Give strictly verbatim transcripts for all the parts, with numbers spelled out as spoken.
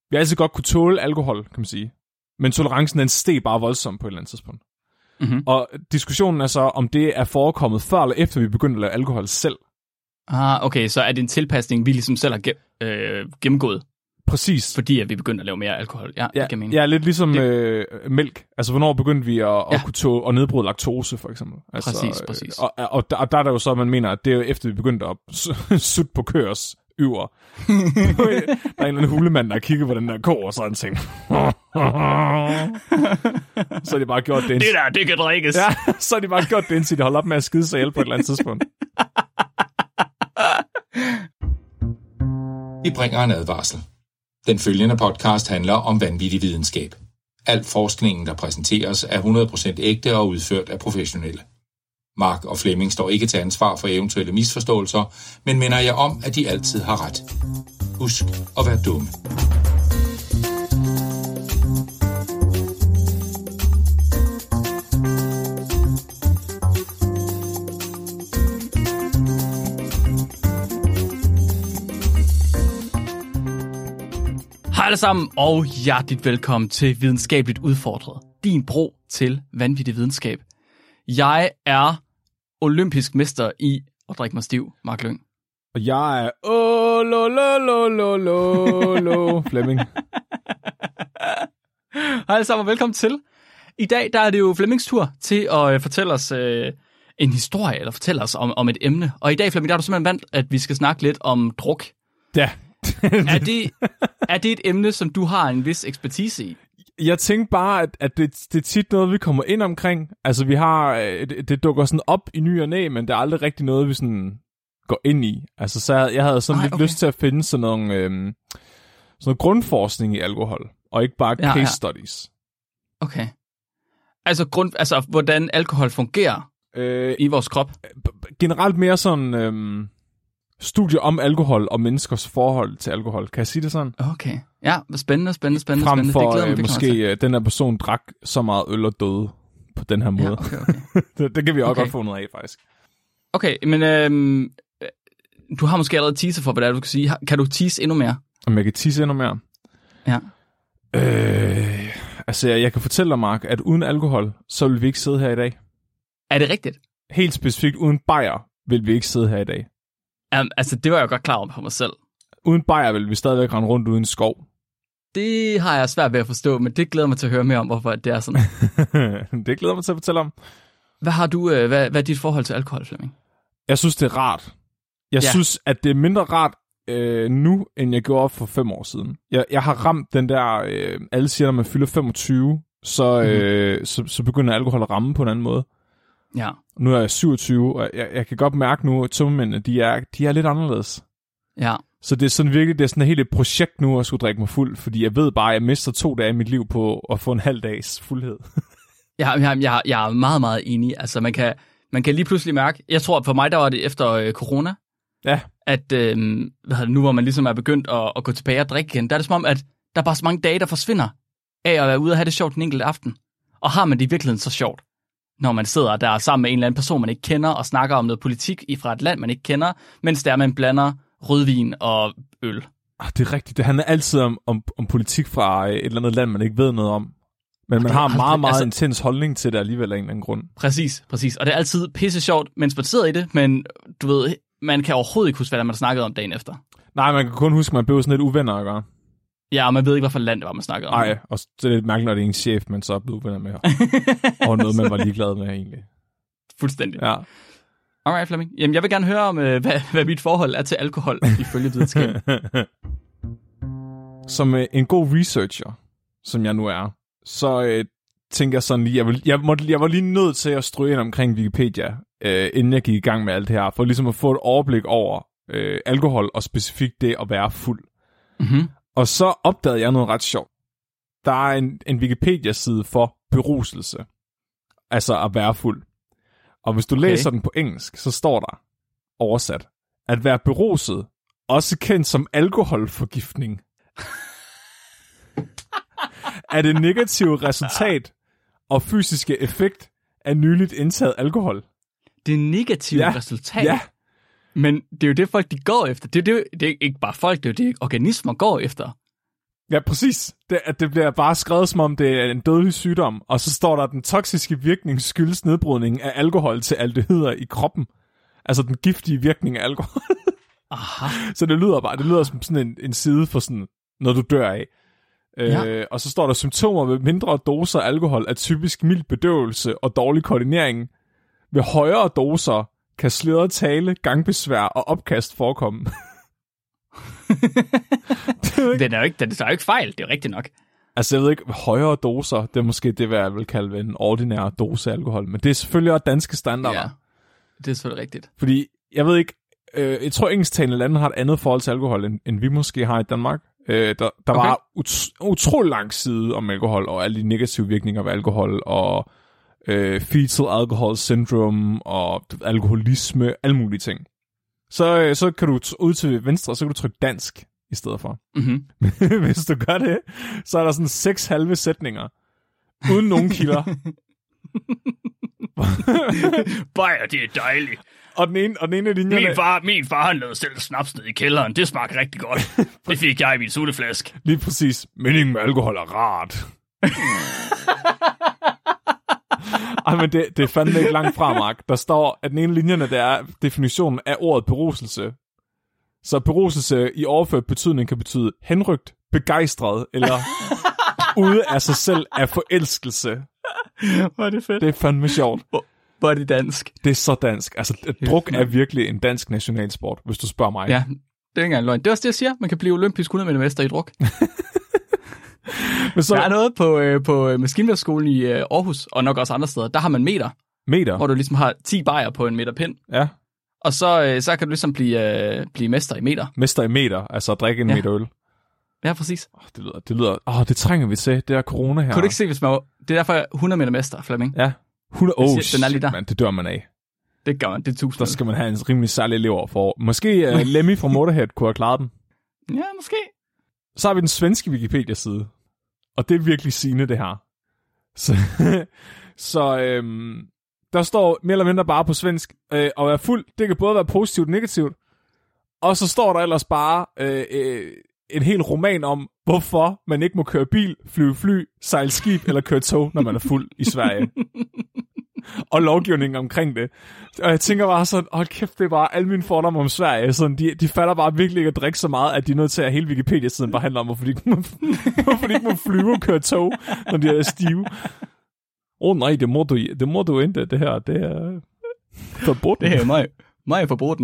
Vi har altid godt kunne tåle alkohol, kan man sige. Men tolerancen, den steg bare voldsomt på et eller andet tidspunkt. Mm-hmm. Og diskussionen er så, om det er forekommet før eller efter, vi begyndte at lave alkohol selv. Ah, okay, så er det en tilpasning, vi ligesom selv har ge- øh, gennemgået? Præcis. Fordi at vi begyndte at lave mere alkohol. Ja, ja, det kan jeg ja lidt ligesom det... øh, mælk. Altså, hvornår begyndte vi at, ja. at kunne tåle og nedbryde laktose, for eksempel? Altså, præcis, præcis. Og, og, og, der, og der er der jo så, man mener, at det er jo efter, vi begyndte at sutte på køers yver. Der er en eller anden hulemand, der har kigget på den der ko, og så har han tænkt... så har de bare gjort det. Det der, det kan drikkes. Ja, så har de bare gjort det, indtil de holder op med at skide sig ihjel på et eller andet tidspunkt. Vi bringer en advarsel. Den følgende podcast handler om vanvittig videnskab. Al forskningen, der præsenteres, er hundrede procent ægte og udført af professionelle. Mark og Flemming står ikke til ansvar for eventuelle misforståelser, men minder jer om, at de altid har ret. Husk at være dumme. Hej alle sammen, og hjerteligt velkommen til Videnskabeligt Udfordret. Din bro til vanvittig videnskab. Jeg er olympisk mester i at drikke mig stiv, Mark Lyng. Og jeg er åh, lo, lo, lo, lo, lo, lo, Flemming. Hej alle sammen, og velkommen til. I dag der er det jo Flemmings tur til at øh, fortælle os øh, en historie, eller fortælle os om, om et emne. Og i dag, Flemming, der har du simpelthen valgt, at vi skal snakke lidt om druk. Ja. er, det, er det et emne, som du har en vis ekspertise i? Jeg tænkte bare, at, at det, det er tit noget, vi kommer ind omkring. Altså, vi har, det, det dukker sådan op i ny og næ, men det er aldrig rigtig noget, vi sådan går ind i. Altså, så jeg, jeg havde sådan Ej, lidt okay. lyst til at finde sådan nogle, øhm, sådan noget grundforskning i alkohol, og ikke bare ja, case ja. studies. Okay. Altså, grund, altså hvordan alkohol fungerer øh, i vores krop? Generelt mere sådan... Øhm, studier om alkohol og menneskers forhold til alkohol. Kan jeg sige det sådan? Okay. Ja, spændende, spændende, spændende. Frem spændende. for det glæder mig, øh, måske den her person drak så meget øl og døde på den her måde. Ja, okay, okay. det, det kan vi også okay. godt få noget af, faktisk. Okay, men øhm, du har måske allerede teaser for, hvad det er, du kan sige. Kan du tease endnu mere? Om jeg kan tease endnu mere? Ja. Øh, altså, jeg, jeg kan fortælle dig, Mark, at uden alkohol, så vil vi ikke sidde her i dag. Er det rigtigt? Helt specifikt, uden bajer, vil vi ikke sidde her i dag. Um, altså, det var jeg jo godt klar over på mig selv. Uden bajer vil vi stadigvæk rende rundt uden skov. Det har jeg svært ved at forstå, men det glæder mig til at høre mere om, hvorfor det er sådan. Det glæder mig til at fortælle om. Hvad har du, øh, hvad, hvad er dit forhold til alkohol, Flemming? Jeg synes, det er rart. Jeg ja. synes, at det er mindre rart øh, nu, end jeg gjorde for fem år siden. Jeg, jeg har ramt den der, øh, alle siger, når man fylder femogtyve, så, øh, mm-hmm. så, så begynder alkohol at ramme på en anden måde. Ja. Nu er jeg syvogtyve, og jeg, jeg kan godt mærke nu, at tømmermændene, de er, de er lidt anderledes. Ja. Så det er sådan virkelig, det er sådan et helt et projekt nu at skulle drikke mig fuld, fordi jeg ved bare, at jeg mister to dage i mit liv på at få en halv dags fuldhed. ja, jeg, jeg, jeg er meget, meget enig. Altså, man kan, man kan lige pludselig mærke, jeg tror, for mig, der var det efter øh, corona, ja. at øh, hvad hedder det, nu hvor man ligesom er begyndt at, at gå tilbage og drikke igen, der er det som om, at der er bare så mange dage, der forsvinder af at være ude og have det sjovt den enkelte aften. Og har man det i virkeligheden så sjovt, når man sidder der sammen med en eller anden person, man ikke kender, og snakker om noget politik fra et land, man ikke kender, mens der man blander rødvin og øl. Ah, det er rigtigt. Det handler altid om, om, om politik fra et eller andet land, man ikke ved noget om. Men man har en meget, meget altså, intens holdning til det alligevel af en eller anden grund. Præcis, præcis. Og det er altid pisse sjovt, mens man sidder i det, men du ved, man kan overhovedet ikke huske, hvad man har snakket om dagen efter. Nej, man kan kun huske, at man blev sådan lidt uvenner at gøre. Ja, og man ved ikke, hvad for land det var, man snakkede om. Nej, og det er lidt mærkeligt, når det er en chef, man så er blevet uvenner med. Og noget, man var ligeglad med egentlig. Fuldstændig. Ja. Alright, Flemming. Jamen, jeg vil gerne høre om, hvad, hvad mit forhold er til alkohol, ifølge videnskab. Som øh, en god researcher, som jeg nu er, så øh, tænker jeg sådan lige, jeg, vil, jeg, må, jeg var lige nødt til at stryge ind omkring Wikipedia, øh, inden jeg gik i gang med alt det her, for ligesom at få et overblik over øh, alkohol, og specifikt det at være fuld. Mhm. Og så opdagede jeg noget ret sjovt. Der er en, en Wikipedia-side for beruselse. Altså at være fuld. Og hvis du okay. læser den på engelsk, så står der oversat, at være beruset, også kendt som alkoholforgiftning, er det negative resultat og fysiske effekt af nyligt indtaget alkohol. Det negative ja. resultat? Ja. Men det er jo det, folk de går efter. Det er, det, det er ikke bare folk, det er jo det, organismer går efter. Ja, præcis. Det, at det bliver bare skrevet, som om det er en dødelig sygdom, og så står der, at den toksiske virkning skyldes nedbrydning af alkohol til aldehyder i kroppen. Altså den giftige virkning af alkohol. Aha. Så det lyder bare, det lyder som sådan en, en side for sådan noget, du dør af. Ja. Øh, og så står der, symptomer ved mindre doser alkohol er typisk mild bedøvelse og dårlig koordinering. Ved højere doser kan sløret tale, gangbesvær og opkast forekomme. Den er jo ikke, den er jo ikke fejl, det er rigtigt nok. Altså jeg ved ikke, højere doser, det er måske det, hvad jeg vil kalde en ordinær dose alkohol, men det er selvfølgelig også danske standarder. Ja, det er selvfølgelig rigtigt. Fordi, jeg ved ikke, øh, jeg tror engelsktalende lande har et andet forhold til alkohol, end, end vi måske har i Danmark. Øh, der der okay. var ut- utrolig lang side om alkohol, og alle de negative virkninger ved alkohol, og øh, fetal alcohol syndrome, og alkoholisme, alle mulige ting. Så, øh, så kan du t- ud til venstre, så kan du trykke dansk i stedet for. Mm-hmm. Hvis du gør det, så er der sådan seks halve sætninger, uden nogen kilder. Bajer, det er dejligt. Og den ene, og den ene af linjerne... Min far, min far han lavede selv snaps ned i kælderen. Det smagte rigtig godt. Det fik jeg i min sutteflaske. Lige præcis. Meningen med alkohol er rart. Ej, men det, det er fandme ikke langt fra, Mark. Der står, at den ene af linjerne, der er definitionen af ordet beruselse. Så beruselse i overført betydning kan betyde henrygt, begejstret, eller ude af sig selv af forelskelse. Hvor er det fedt. Det er fandme sjovt. Hvor er det dansk? Det er så dansk. Altså, druk er virkelig en dansk nationalsport, hvis du spørger mig. Ja, det er ikke engang løgn. Det er også det, jeg siger. Man kan blive olympisk hundrede meter mester i druk. Men så... Der er noget på, øh, på Maskinværksskolen i øh, Aarhus, og nok også andre steder. Der har man meter. Meter? Hvor du ligesom har ti bajer på en meter pind. Ja. Og så, øh, så kan du ligesom blive, øh, blive mester i meter. Mester i meter, altså at drikke en ja. meter øl. Ja, præcis. Oh, det lyder, det lyder, åh, oh, det trænger vi til, det er corona her. Kunne du ikke se, hvis man var, det er derfor jeg hundrede meter mester, Flemming. Ja, hundrede, åh, oh, shit, shit man, det dør man af. Det gør man, det er tusind. Der skal man have en rimelig særlig elever for. Måske uh, Lemmy fra Motorhead kunne have klaret den. Ja, måske. Så har vi den svenske Wikipedia-side, og det er virkelig sigende, det her. Så, så øhm, der står mere eller mindre bare på svensk, øh, at være fuld, det kan både være positivt og negativt. Og så står der ellers bare øh, øh, en hel roman om, hvorfor man ikke må køre bil, flyve fly, sejle skib eller køre tog, når man er fuld i Sverige. Og lovgivningen omkring det. Og jeg tænker bare sådan, åh kæft, det er bare alle mine fordomme om Sverige. Sådan, de, de fatter bare virkelig ikke at drikke så meget, at de er nødt til at hele Wikipedia-siden bare handler om, hvorfor de ikke må, hvorfor de ikke må flyve og køre tog, når de er stive. Åh oh, nej, det må, du, det må du ikke, det her. Det er forbudt. Det er mig, mig forbudt.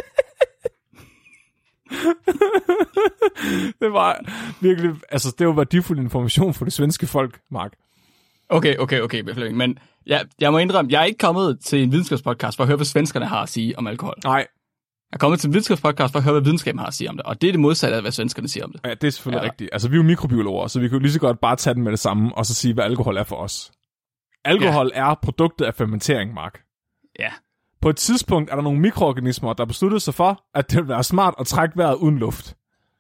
Det var virkelig, altså det var værdifuld information for det svenske folk, Mark. Okay, okay, okay, men jeg, jeg må indrømme, jeg er ikke kommet til en videnskabspodcast for at høre, hvad svenskerne har at sige om alkohol. Nej. Jeg er kommet til en videnskabspodcast for at høre, hvad videnskaben har at sige om det, og det er det modsatte af, hvad svenskerne siger om det. Ja, det er selvfølgelig ja. rigtigt. Altså, vi er jo mikrobiologer, så vi kan jo lige så godt bare tage den med det samme, og så sige, hvad alkohol er for os. Alkohol ja. er produktet af fermentering, Mark. Ja. På et tidspunkt er der nogle mikroorganismer, der besluttede sig for, at det vil være smart at trække vejret uden luft.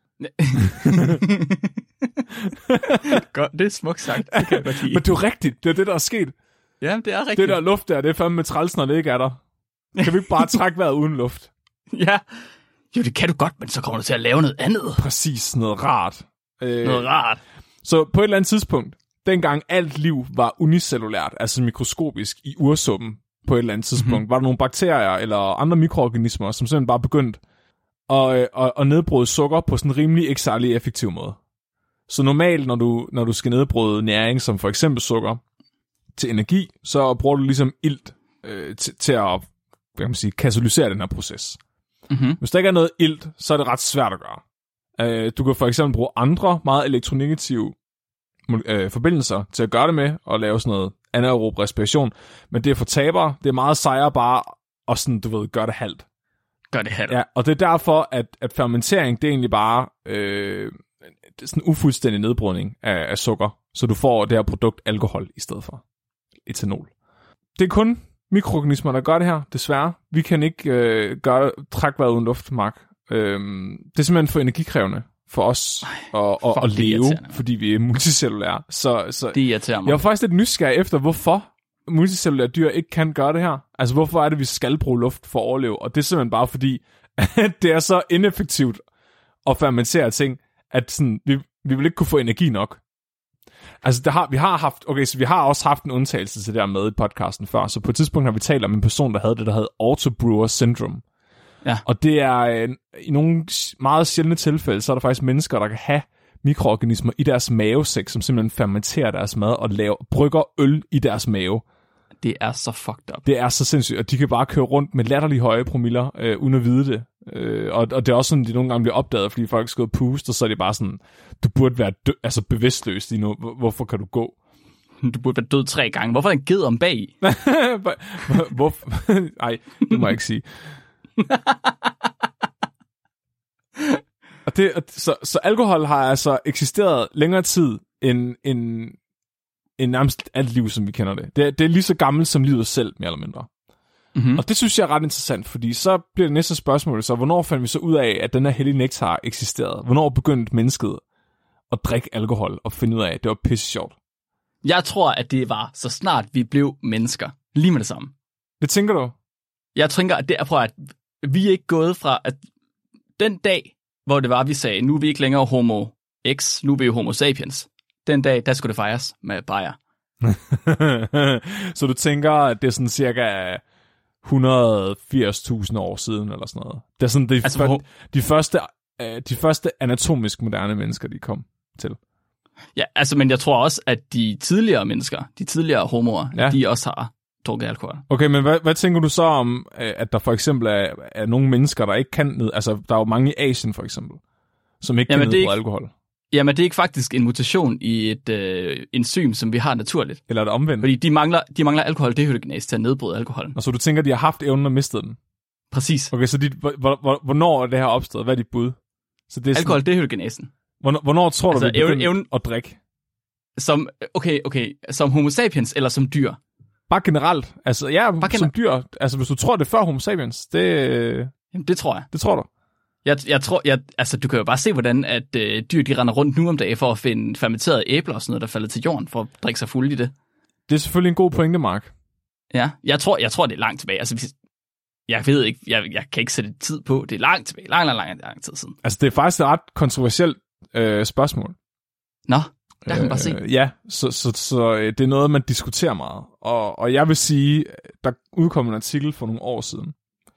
Godt, det er smukt sagt. Det kan jeg godt lide. Men det er rigtigt. Det er det, der er sket. Ja, det er rigtigt. Det der luft der, det er fandme træls, når det ikke er der. Kan vi ikke bare trække vejret uden luft? Ja. Jo, det kan du godt, men så kommer du til at lave noget andet. Præcis, noget rart. Øh, noget rart. Så på et eller andet tidspunkt, dengang alt liv var unicellulært, altså mikroskopisk i ursuppen, på et eller andet tidspunkt, mm-hmm. var der nogle bakterier eller andre mikroorganismer, som simpelthen bare begyndte at, at, at nedbryde sukker på sådan en rimelig ikke særlig effektiv måde. Så normalt, når du, når du skal nedbryde næring, som for eksempel sukker, til energi, så bruger du ligesom ilt øh, til, til at hvad kan man sige, katalysere den her proces. Mm-hmm. Hvis der ikke er noget ilt, så er det ret svært at gøre. Øh, du kan for eksempel bruge andre meget elektronegative øh, forbindelser til at gøre det med, og lave sådan noget anaerob respiration, men det er for tabere, det er meget sejere bare at sådan, du ved, gøre det halvt. Gør det halvt. Ja, og det er derfor, at, at fermentering, det er egentlig bare øh, sådan en ufuldstændig nedbrydning af, af sukker, så du får det her produkt alkohol i stedet for etanol. Det er kun mikroorganismer, der gør det her, desværre. Vi kan ikke øh, gøre trække vejret uden luft, Mark. Øhm, det er simpelthen for energikrævende for os Ej, at, at, at leve, fordi vi er multicellulære. Så, så det irriterer mig. Jeg var faktisk lidt nysgerrig efter, hvorfor multicellulære dyr ikke kan gøre det her. Altså, hvorfor er det, vi skal bruge luft for at overleve? Og det er simpelthen bare fordi, at det er så ineffektivt at fermentere ting, at sådan, vi, Vi vil ikke kunne få energi nok. Altså, det har, vi har haft, okay, så vi har også haft en undtagelse til det der med i podcasten før, så på et tidspunkt har vi talt om en person, der havde det, der hed Autobrewer Syndrome. Ja. Og det er, øh, i nogle meget sjældne tilfælde, så er der faktisk mennesker, der kan have mikroorganismer i deres mavesæk, som simpelthen fermenterer deres mad og laver, brygger øl i deres mave. Det er så fucked up. Det er så sindssygt, og de kan bare køre rundt med latterlige høje promiller, øh, uden at vide det. Øh, og, og det er også sådan, de nogle gange bliver opdaget, fordi folk skal ud og puste, og så er det bare sådan, du burde være dø- altså bevidstløs lige nu. Hvorfor kan du gå? Du burde være død tre gange. Hvorfor er en ged om bag? Hvorfor? Ej, det må jeg ikke sige. og det, så, så alkohol har altså eksisteret længere tid end, end, end nærmest alt liv, som vi kender det. det. Det er lige så gammelt som livet selv, mere eller mindre. Mm-hmm. Og det synes jeg er ret interessant, fordi så bliver det næste spørgsmål, så hvornår fandt vi så ud af, at den her hellige nektar eksisterede? Hvornår begyndte mennesket at drikke alkohol og finde ud af, at det var pisse sjovt? Jeg tror, at det var så snart vi blev mennesker. Lige med det samme. Det tænker du? Jeg tænker, at det er fra, at vi er ikke gået fra, at den dag, hvor det var, vi sagde, nu er vi ikke længere homo X, nu er vi jo homo sapiens. Den dag, der skulle det fejres med bajer. Så du tænker, at det er sådan cirka et hundrede og firs tusind år siden, eller sådan noget? Det er sådan de, altså, for, de, første, de første anatomisk moderne mennesker, de kom til. Ja, altså, men jeg tror også, at de tidligere mennesker, de tidligere homoer, ja. De også har drukket alkohol. Okay, men hvad, hvad tænker du så om, at der for eksempel er, er nogle mennesker, der ikke kan ned, altså der er jo mange i Asien for eksempel, som ikke Jamen, kan nedbryde alkohol? Jamen, det er ikke faktisk en mutation i et øh, enzym, som vi har naturligt. Eller er det omvendt? Fordi de mangler, de mangler alkohol-dehydrogenase til at nedbryde alkoholen. Og så du tænker, de har haft evnen og mistet den? Præcis. Okay, så de, hvor, hvornår er det her opstået? Hvad er dit bud? Så det er alkohol-dehydrogenasen. Hvornår, hvornår tror altså, du, vi begynder evnen, at drikke? Som, okay, okay, som homo sapiens eller som dyr? Bare generelt. Altså, ja, Bare som gener- dyr. Altså, hvis du tror, det er før homo sapiens, det... Jamen, det tror jeg. Det tror du? Jeg, jeg tror, jeg, altså, du kan jo bare se, hvordan at øh, dyr, de render rundt nu om dagen for at finde fermenterede æbler og sådan noget, der falder til jorden, for at drikke sig fuld i det. Det er selvfølgelig en god pointe, Mark. Ja, jeg tror, jeg tror det er langt tilbage. Altså, jeg ved ikke, jeg, jeg kan ikke sætte tid på. Det er langt tilbage, lang, lang, lang, lang tid siden. Altså, det er faktisk et ret kontroversielt øh, spørgsmål. Nå, der kan man bare se. Øh, ja, så, så, så det er noget, man diskuterer meget. Og, og jeg vil sige, der udkom en artikel for nogle år siden,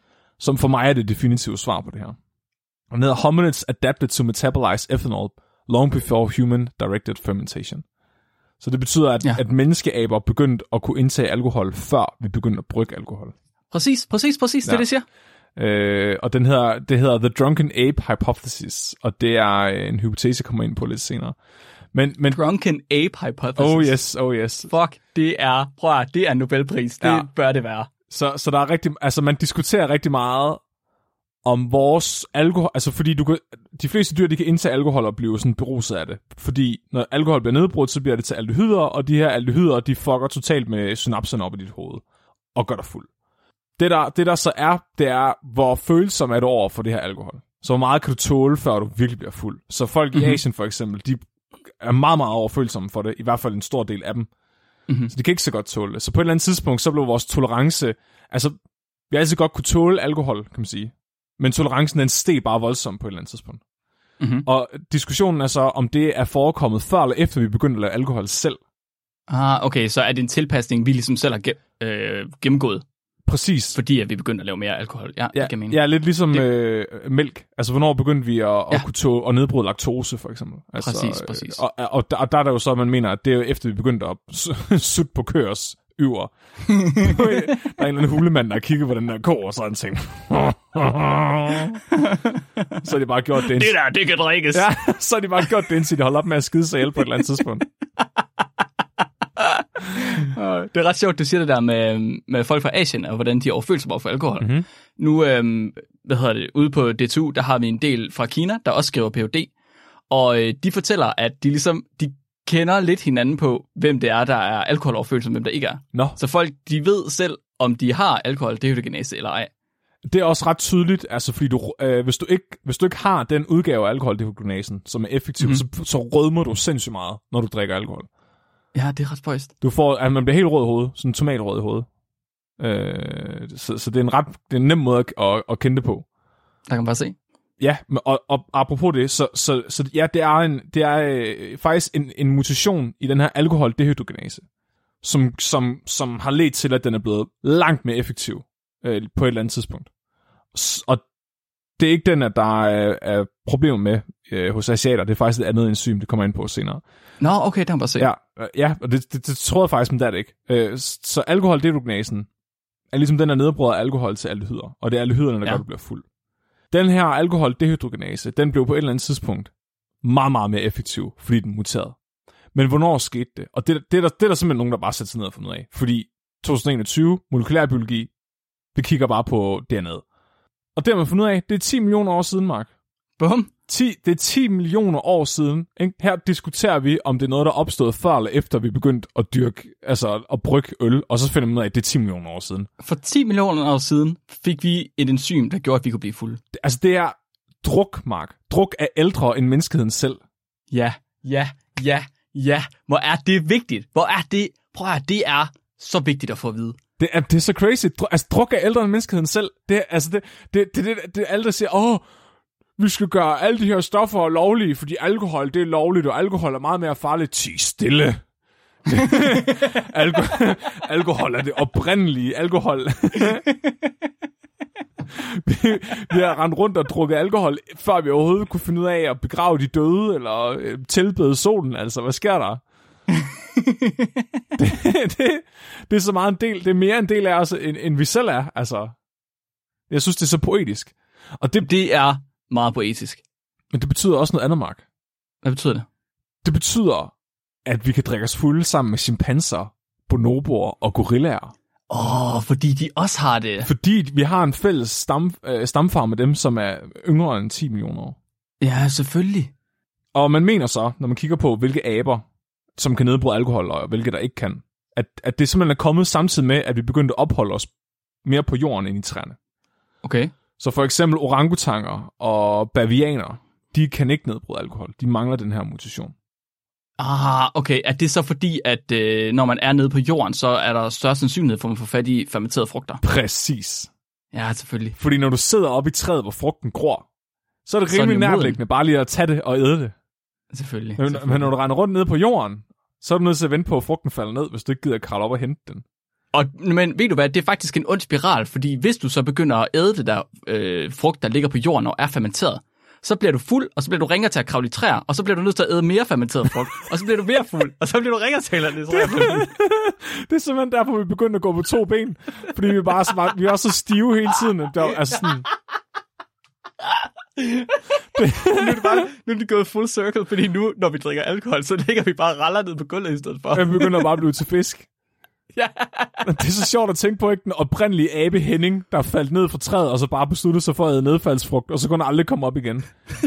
som for mig er det definitive svar på det her. Og den hedder Hominids adapted to metabolize ethanol long before human-directed fermentation. Så det betyder, at, ja. at menneskeaber begyndte at kunne indtage alkohol, før vi begyndte at brygge alkohol. Præcis, præcis, præcis, ja. Det det siger. Øh, og den hedder, det hedder The Drunken Ape Hypothesis, og det er en hypotese, jeg kommer ind på lidt senere. Men, men, Drunken Ape Hypothesis. Oh yes, oh yes. Fuck, det er, prøv at, det er en Nobelpris, det ja. Bør det være. Så, så der er rigtig, altså man diskuterer rigtig meget om vores alkohol, altså fordi du kan, de fleste dyr, de kan indtage alkohol og blive sådan beruset af det. Fordi når alkohol bliver nedbrudt, så bliver det til aldehyder, og de her aldehyder, de fucker totalt med synapserne op i dit hoved, og gør dig fuld. Det der, det der så er, det er, hvor følsom er du over for det her alkohol. Så hvor meget kan du tåle, før du virkelig bliver fuld. Så folk mm-hmm. i Asien for eksempel, de er meget, meget overfølsomme for det, i hvert fald en stor del af dem. Mm-hmm. Så de kan ikke så godt tåle det. Så på et eller andet tidspunkt, så blev vores tolerance, altså vi har altid godt kunne tåle alkohol, kan man sige. Men tolerancen, den steg bare voldsomt på et eller andet tidspunkt. Mm-hmm. Og diskussionen er så, om det er forekommet før eller efter, vi begyndte at lave alkohol selv. Ah, okay, så er det en tilpasning, vi ligesom selv har ge- øh, gennemgået. Præcis. Fordi at vi begyndte at lave mere alkohol. Ja, ja, det kan jeg mene. Ja, lidt ligesom det... øh, mælk. Altså, hvornår begyndte vi at, ja. at kunne tåle og nedbryde laktose, for eksempel? Altså, præcis, præcis. Og, og, og, der, og der er der jo så, man mener, at det er jo efter, vi begyndte at sutte på køers yver. Der er en eller anden hulemand, der har kigget på den der ko, og så har han tænkt, så har de bare gjort det. Det der, det kan drikkes. Ja, så har de bare gjort det, indtil de holder op med at skide sig ihjel på et eller andet tidspunkt. Det er ret sjovt, du siger det der med, med folk fra Asien, og hvordan de er overfølsomme over for alkohol. Mm-hmm. Nu, øhm, hvad hedder det, ude på D to, der har vi en del fra Kina, der også skriver P H D, og øh, de fortæller, at de ligesom, de kender lidt hinanden på, hvem det er, der er alkoholoverfølsomme, hvem der ikke er. No. Så folk, de ved selv, om de har alkohol-dehydrogenase eller ej. Det er også ret tydeligt, altså fordi du, øh, hvis, du ikke, hvis du ikke har den udgave af alkohol-dehydrogenasen, som er effektiv, mm-hmm. så, så rødmer du sindssygt meget, når du drikker alkohol. Ja, det er ret spøjst. Du får, altså man bliver helt rød i hovedet, sådan tomatrød i hovedet. Øh, så, så det er en ret, det er en nem måde at, at, at kende det på. Der kan man bare se. ja, og, og apropos det, så, så, så ja, det er, en, det er øh, faktisk en, en mutation i den her alkoholdehydrogenase, som, som, som har ledt til, at den er blevet langt mere effektiv øh, på et eller andet tidspunkt. Og det er ikke den, at der er, er problemer med øh, hos asiater. Det er faktisk et andet enzym, det kommer ind på senere. Nå, okay, det kan man bare se. Ja, øh, ja og det, det, det tror jeg faktisk, men det er det ikke. Øh, så alkoholdehydrogenasen er ligesom den, der nedbryder alkohol til aldehyder, og det er aldehyderne, der ja. gør, du bliver fuld. Den her alkoholdehydrogenase, den blev på et eller andet tidspunkt meget, meget mere effektiv, fordi den muterede. Men hvornår skete det? Og det, det, er, der, det er der simpelthen nogen, der bare sætter sig ned og fundet ud af. Fordi to tusind enogtyve, molekylærbiologi, det kigger bare på D N A'et. Og det har man fundet ud af, det er ti millioner år siden, Mark. Bum. ti, det er ti millioner år siden. Ikke? Her diskuterer vi, om det er noget, der er opstået før eller efter, vi begyndte at dyrke, altså at brygge øl, og så finder man ud af, at det er ti millioner år siden. For ti millioner år siden fik vi et enzym, der gjorde, at vi kunne blive fulde. Det, altså det er druk, Mark. Druk er ældre end menneskeheden selv. Ja, ja, ja, ja. Hvor er det vigtigt? Hvor er det? Prøv at det er så vigtigt at få at vide. Det er, det er så crazy. Dr- altså, druk er ældre end menneskeheden selv. Det er, altså, det, det, det, det, det er alle, der siger, åh, vi skal gøre alle de her stoffer lovlige, fordi alkohol, det er lovligt, og alkohol er meget mere farligt. Ti stille. Alko- alkohol er det oprindelige. Alkohol. vi, vi har rendt rundt og drukket alkohol, før vi overhovedet kunne finde ud af at begrave de døde, eller øh, tilbede solen. Altså, hvad sker der? det, det, det er så meget en del, det er mere en del af os, end, end vi selv er. Altså, jeg synes, det er så poetisk. Og det, det er meget poetisk. Men det betyder også noget andet, Mark. Hvad betyder det? Det betyder, at vi kan drikke os fulde sammen med chimpanser, bonoboer og gorillaer. Åh, oh, fordi de også har det. Fordi vi har en fælles stam, øh, stamfarm med dem, som er yngre end ti millioner år. Ja, selvfølgelig. Og man mener så, når man kigger på, hvilke aber, som kan nedbryde alkohol, og hvilke der ikke kan, at, at det simpelthen er kommet samtidig med, at vi begyndte at opholde os mere på jorden end i træerne. Okay. Så for eksempel orangutanger og bavianer, de kan ikke nedbryde alkohol. De mangler den her mutation. Ah, okay. Er det så fordi, at øh, når man er nede på jorden, så er der større sandsynlighed for, at man får fat i fermenterede frugter? Præcis. Ja, selvfølgelig. Fordi når du sidder oppe i træet, hvor frugten gror, så er det rimelig nærliggende bare lige at tage det og æde det. Selvfølgelig. Men, selvfølgelig. men når du render rundt nede på jorden, så er du nødt til at vente på, at frugten falder ned, hvis du ikke gider at kravle op og hente den. Og, men ved du hvad, det er faktisk en ond spiral, fordi hvis du så begynder at æde det der øh, frugt, der ligger på jorden og er fermenteret, så bliver du fuld, og så bliver du ringer til at kravle i træer, og så bliver du nødt til at æde mere fermenteret frugt, og så bliver du mere fuld, og så bliver du ringer til at æde træer. Det er simpelthen derfor, vi begynder at gå på to ben, fordi vi er bare så, meget, vi er også så stive hele tiden. Der er sådan... det... nu, er det bare, nu er det gået full circle, fordi nu, når vi drikker alkohol, så ligger vi bare raller ned på gulvet i stedet for. Ja, vi begynder bare at blive til fisk. Ja. Det er så sjovt at tænke på, ikke, den oprindelige abe Henning, der faldt ned fra træet, og så bare besluttede sig for at æde nedfaldsfrugt, og så kunne han aldrig komme op igen.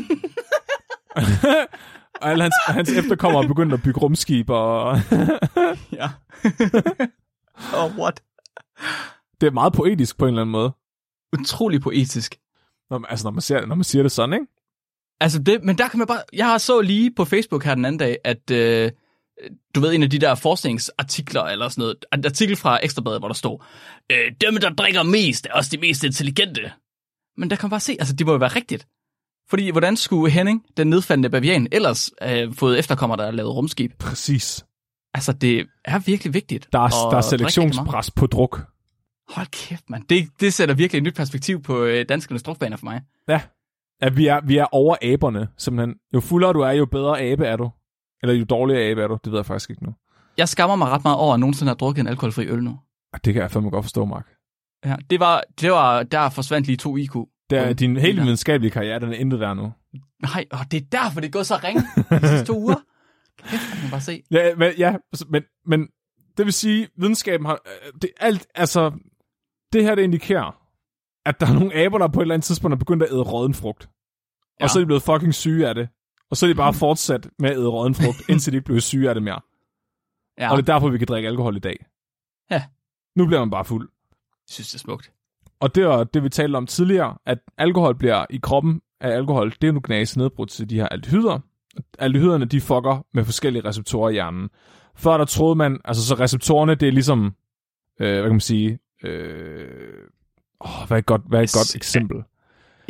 Og alle hans, hans efterkommere begyndte at bygge rumskib, og... ja. Oh, what? Det er meget poetisk på en eller anden måde. Utrolig poetisk. Når, altså, når man, ser, når man siger det sådan, ikke? Altså, det, men der kan man bare... Jeg har så lige på Facebook her den anden dag, at... Øh, du ved, en af de der forskningsartikler, eller sådan noget, en artikel fra Ekstrabladet, hvor der stod, øh, dem, der drikker mest, er også de mest intelligente. Men der kan man bare se, altså det må jo være rigtigt. Fordi hvordan skulle Henning, den nedfaldende bavian, ellers øh, fået efterkommer, der har lavet rumskib? Præcis. Altså det er virkelig vigtigt. Der er, der er selektionspres på druk. Hold kæft, mand. Det, det sætter virkelig et nyt perspektiv på øh, danskernes drukbaner for mig. Ja, ja vi, er, vi er over aberne, simpelthen. Jo fuldere du er, jo bedre abe er du. Eller jo dårligere abe er du, det ved jeg faktisk ikke nu. Jeg skammer mig ret meget over, at nogensinde har drukket en alkoholfri øl nu. Det kan jeg fandme godt forstå, Mark. Ja, det var, det var der forsvandt lige to I Q. Det er, din hele videnskabelige karriere, den er intet værd nu. Nej, og det er derfor, det er gået så ringe de sidste to uger. Kæft, man kan bare se. Ja, men, ja men, men det vil sige, videnskaben har... Det, alt, altså, det her, det indikerer, at der er nogle aber, der på et eller andet tidspunkt er begyndt at æde rådden frugt. Ja. Og så er de blevet fucking syge af det. Og så er de bare fortsat med at æde rådden frugt, indtil de ikke bliver syge af det mere. Ja. Og det er derfor, vi kan drikke alkohol i dag. Ja. Nu bliver man bare fuld. Jeg synes, det er smukt. Og det var det, vi talte om tidligere, at alkohol bliver i kroppen af alkohol, det er nu gnase nedbrudt til de her aldehyder. Aldehyderne, de fucker med forskellige receptorer i hjernen. Før der troede man, altså så receptorerne, det er ligesom, øh, hvad kan man sige, øh, åh, hvad er et godt, hvad er et godt eksempel?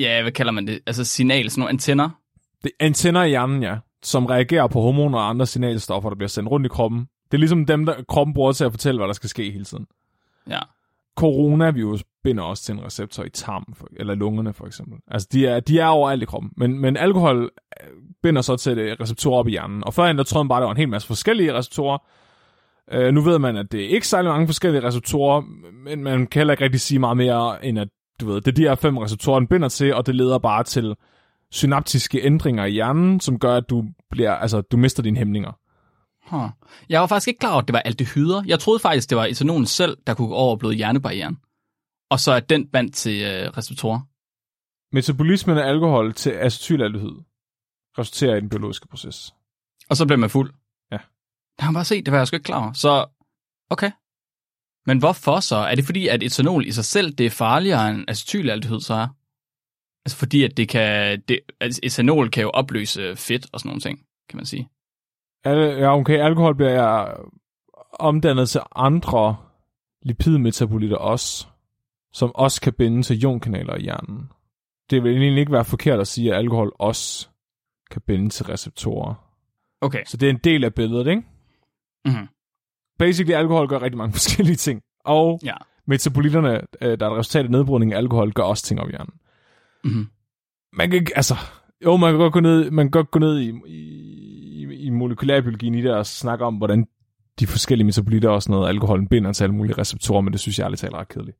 ja, hvad kalder man det? Altså signal, sådan nogle antenner? Det er antenner i hjernen, ja, som reagerer på hormoner og andre signalstoffer, der bliver sendt rundt i kroppen. Det er ligesom dem, der kroppen bruger til at fortælle, hvad der skal ske hele tiden. Ja. Coronavirus binder også til en receptor i tarmen, eller lungerne for eksempel. Altså, de er, de er overalt i kroppen. Men, men alkohol binder så til receptorer op i hjernen. Og førhen, der troede man bare, der var en hel masse forskellige receptorer. Uh, nu ved man, at det er ikke særlig mange forskellige receptorer, men man kan heller ikke rigtig sige meget mere, end at, du ved, det er de her fem receptorer, den binder til, og det leder bare til synaptiske ændringer i hjernen, som gør, at du bliver, altså, du mister dine hæmninger. Huh. Jeg var faktisk ikke klar over, at det var aldehyder. Jeg troede faktisk, det var etanolen selv, der kunne gå over og bløde hjernebarrieren. Og så er den bandt til øh, receptorer. Metabolismen af alkohol til acetylaldehyd resulterer i den biologiske proces. Og så bliver man fuld? Ja. Der har man bare set, det var jeg sgu ikke klar over. Så, okay. Men hvorfor så? Er det fordi, at etanol i sig selv, det er farligere end acetylaldehyd, så er? Altså fordi, at det kan, det, altså etanol kan jo opløse fedt og sådan nogle ting, kan man sige. Ja, okay, alkohol bliver omdannet til andre lipidmetabolitter også, som også kan binde til ionkanaler i hjernen. Det vil egentlig ikke være forkert at sige, at alkohol også kan binde til receptorer. Okay. Så det er en del af billedet, ikke? Mhm. Basically, alkohol gør rigtig mange forskellige ting. Og ja. Metabolitterne, der er et resultat af nedbrydning af alkohol, gør også ting op i hjernen. Mhm. Man kan ikke, altså... Jo, man kan godt gå ned, man kan godt gå ned i, i, i molekylærbiologien i det og snakke om, hvordan de forskellige metabolitter og sådan noget, alkoholen binder til alle mulige receptorer, men det synes jeg ærligt talt ret kedeligt.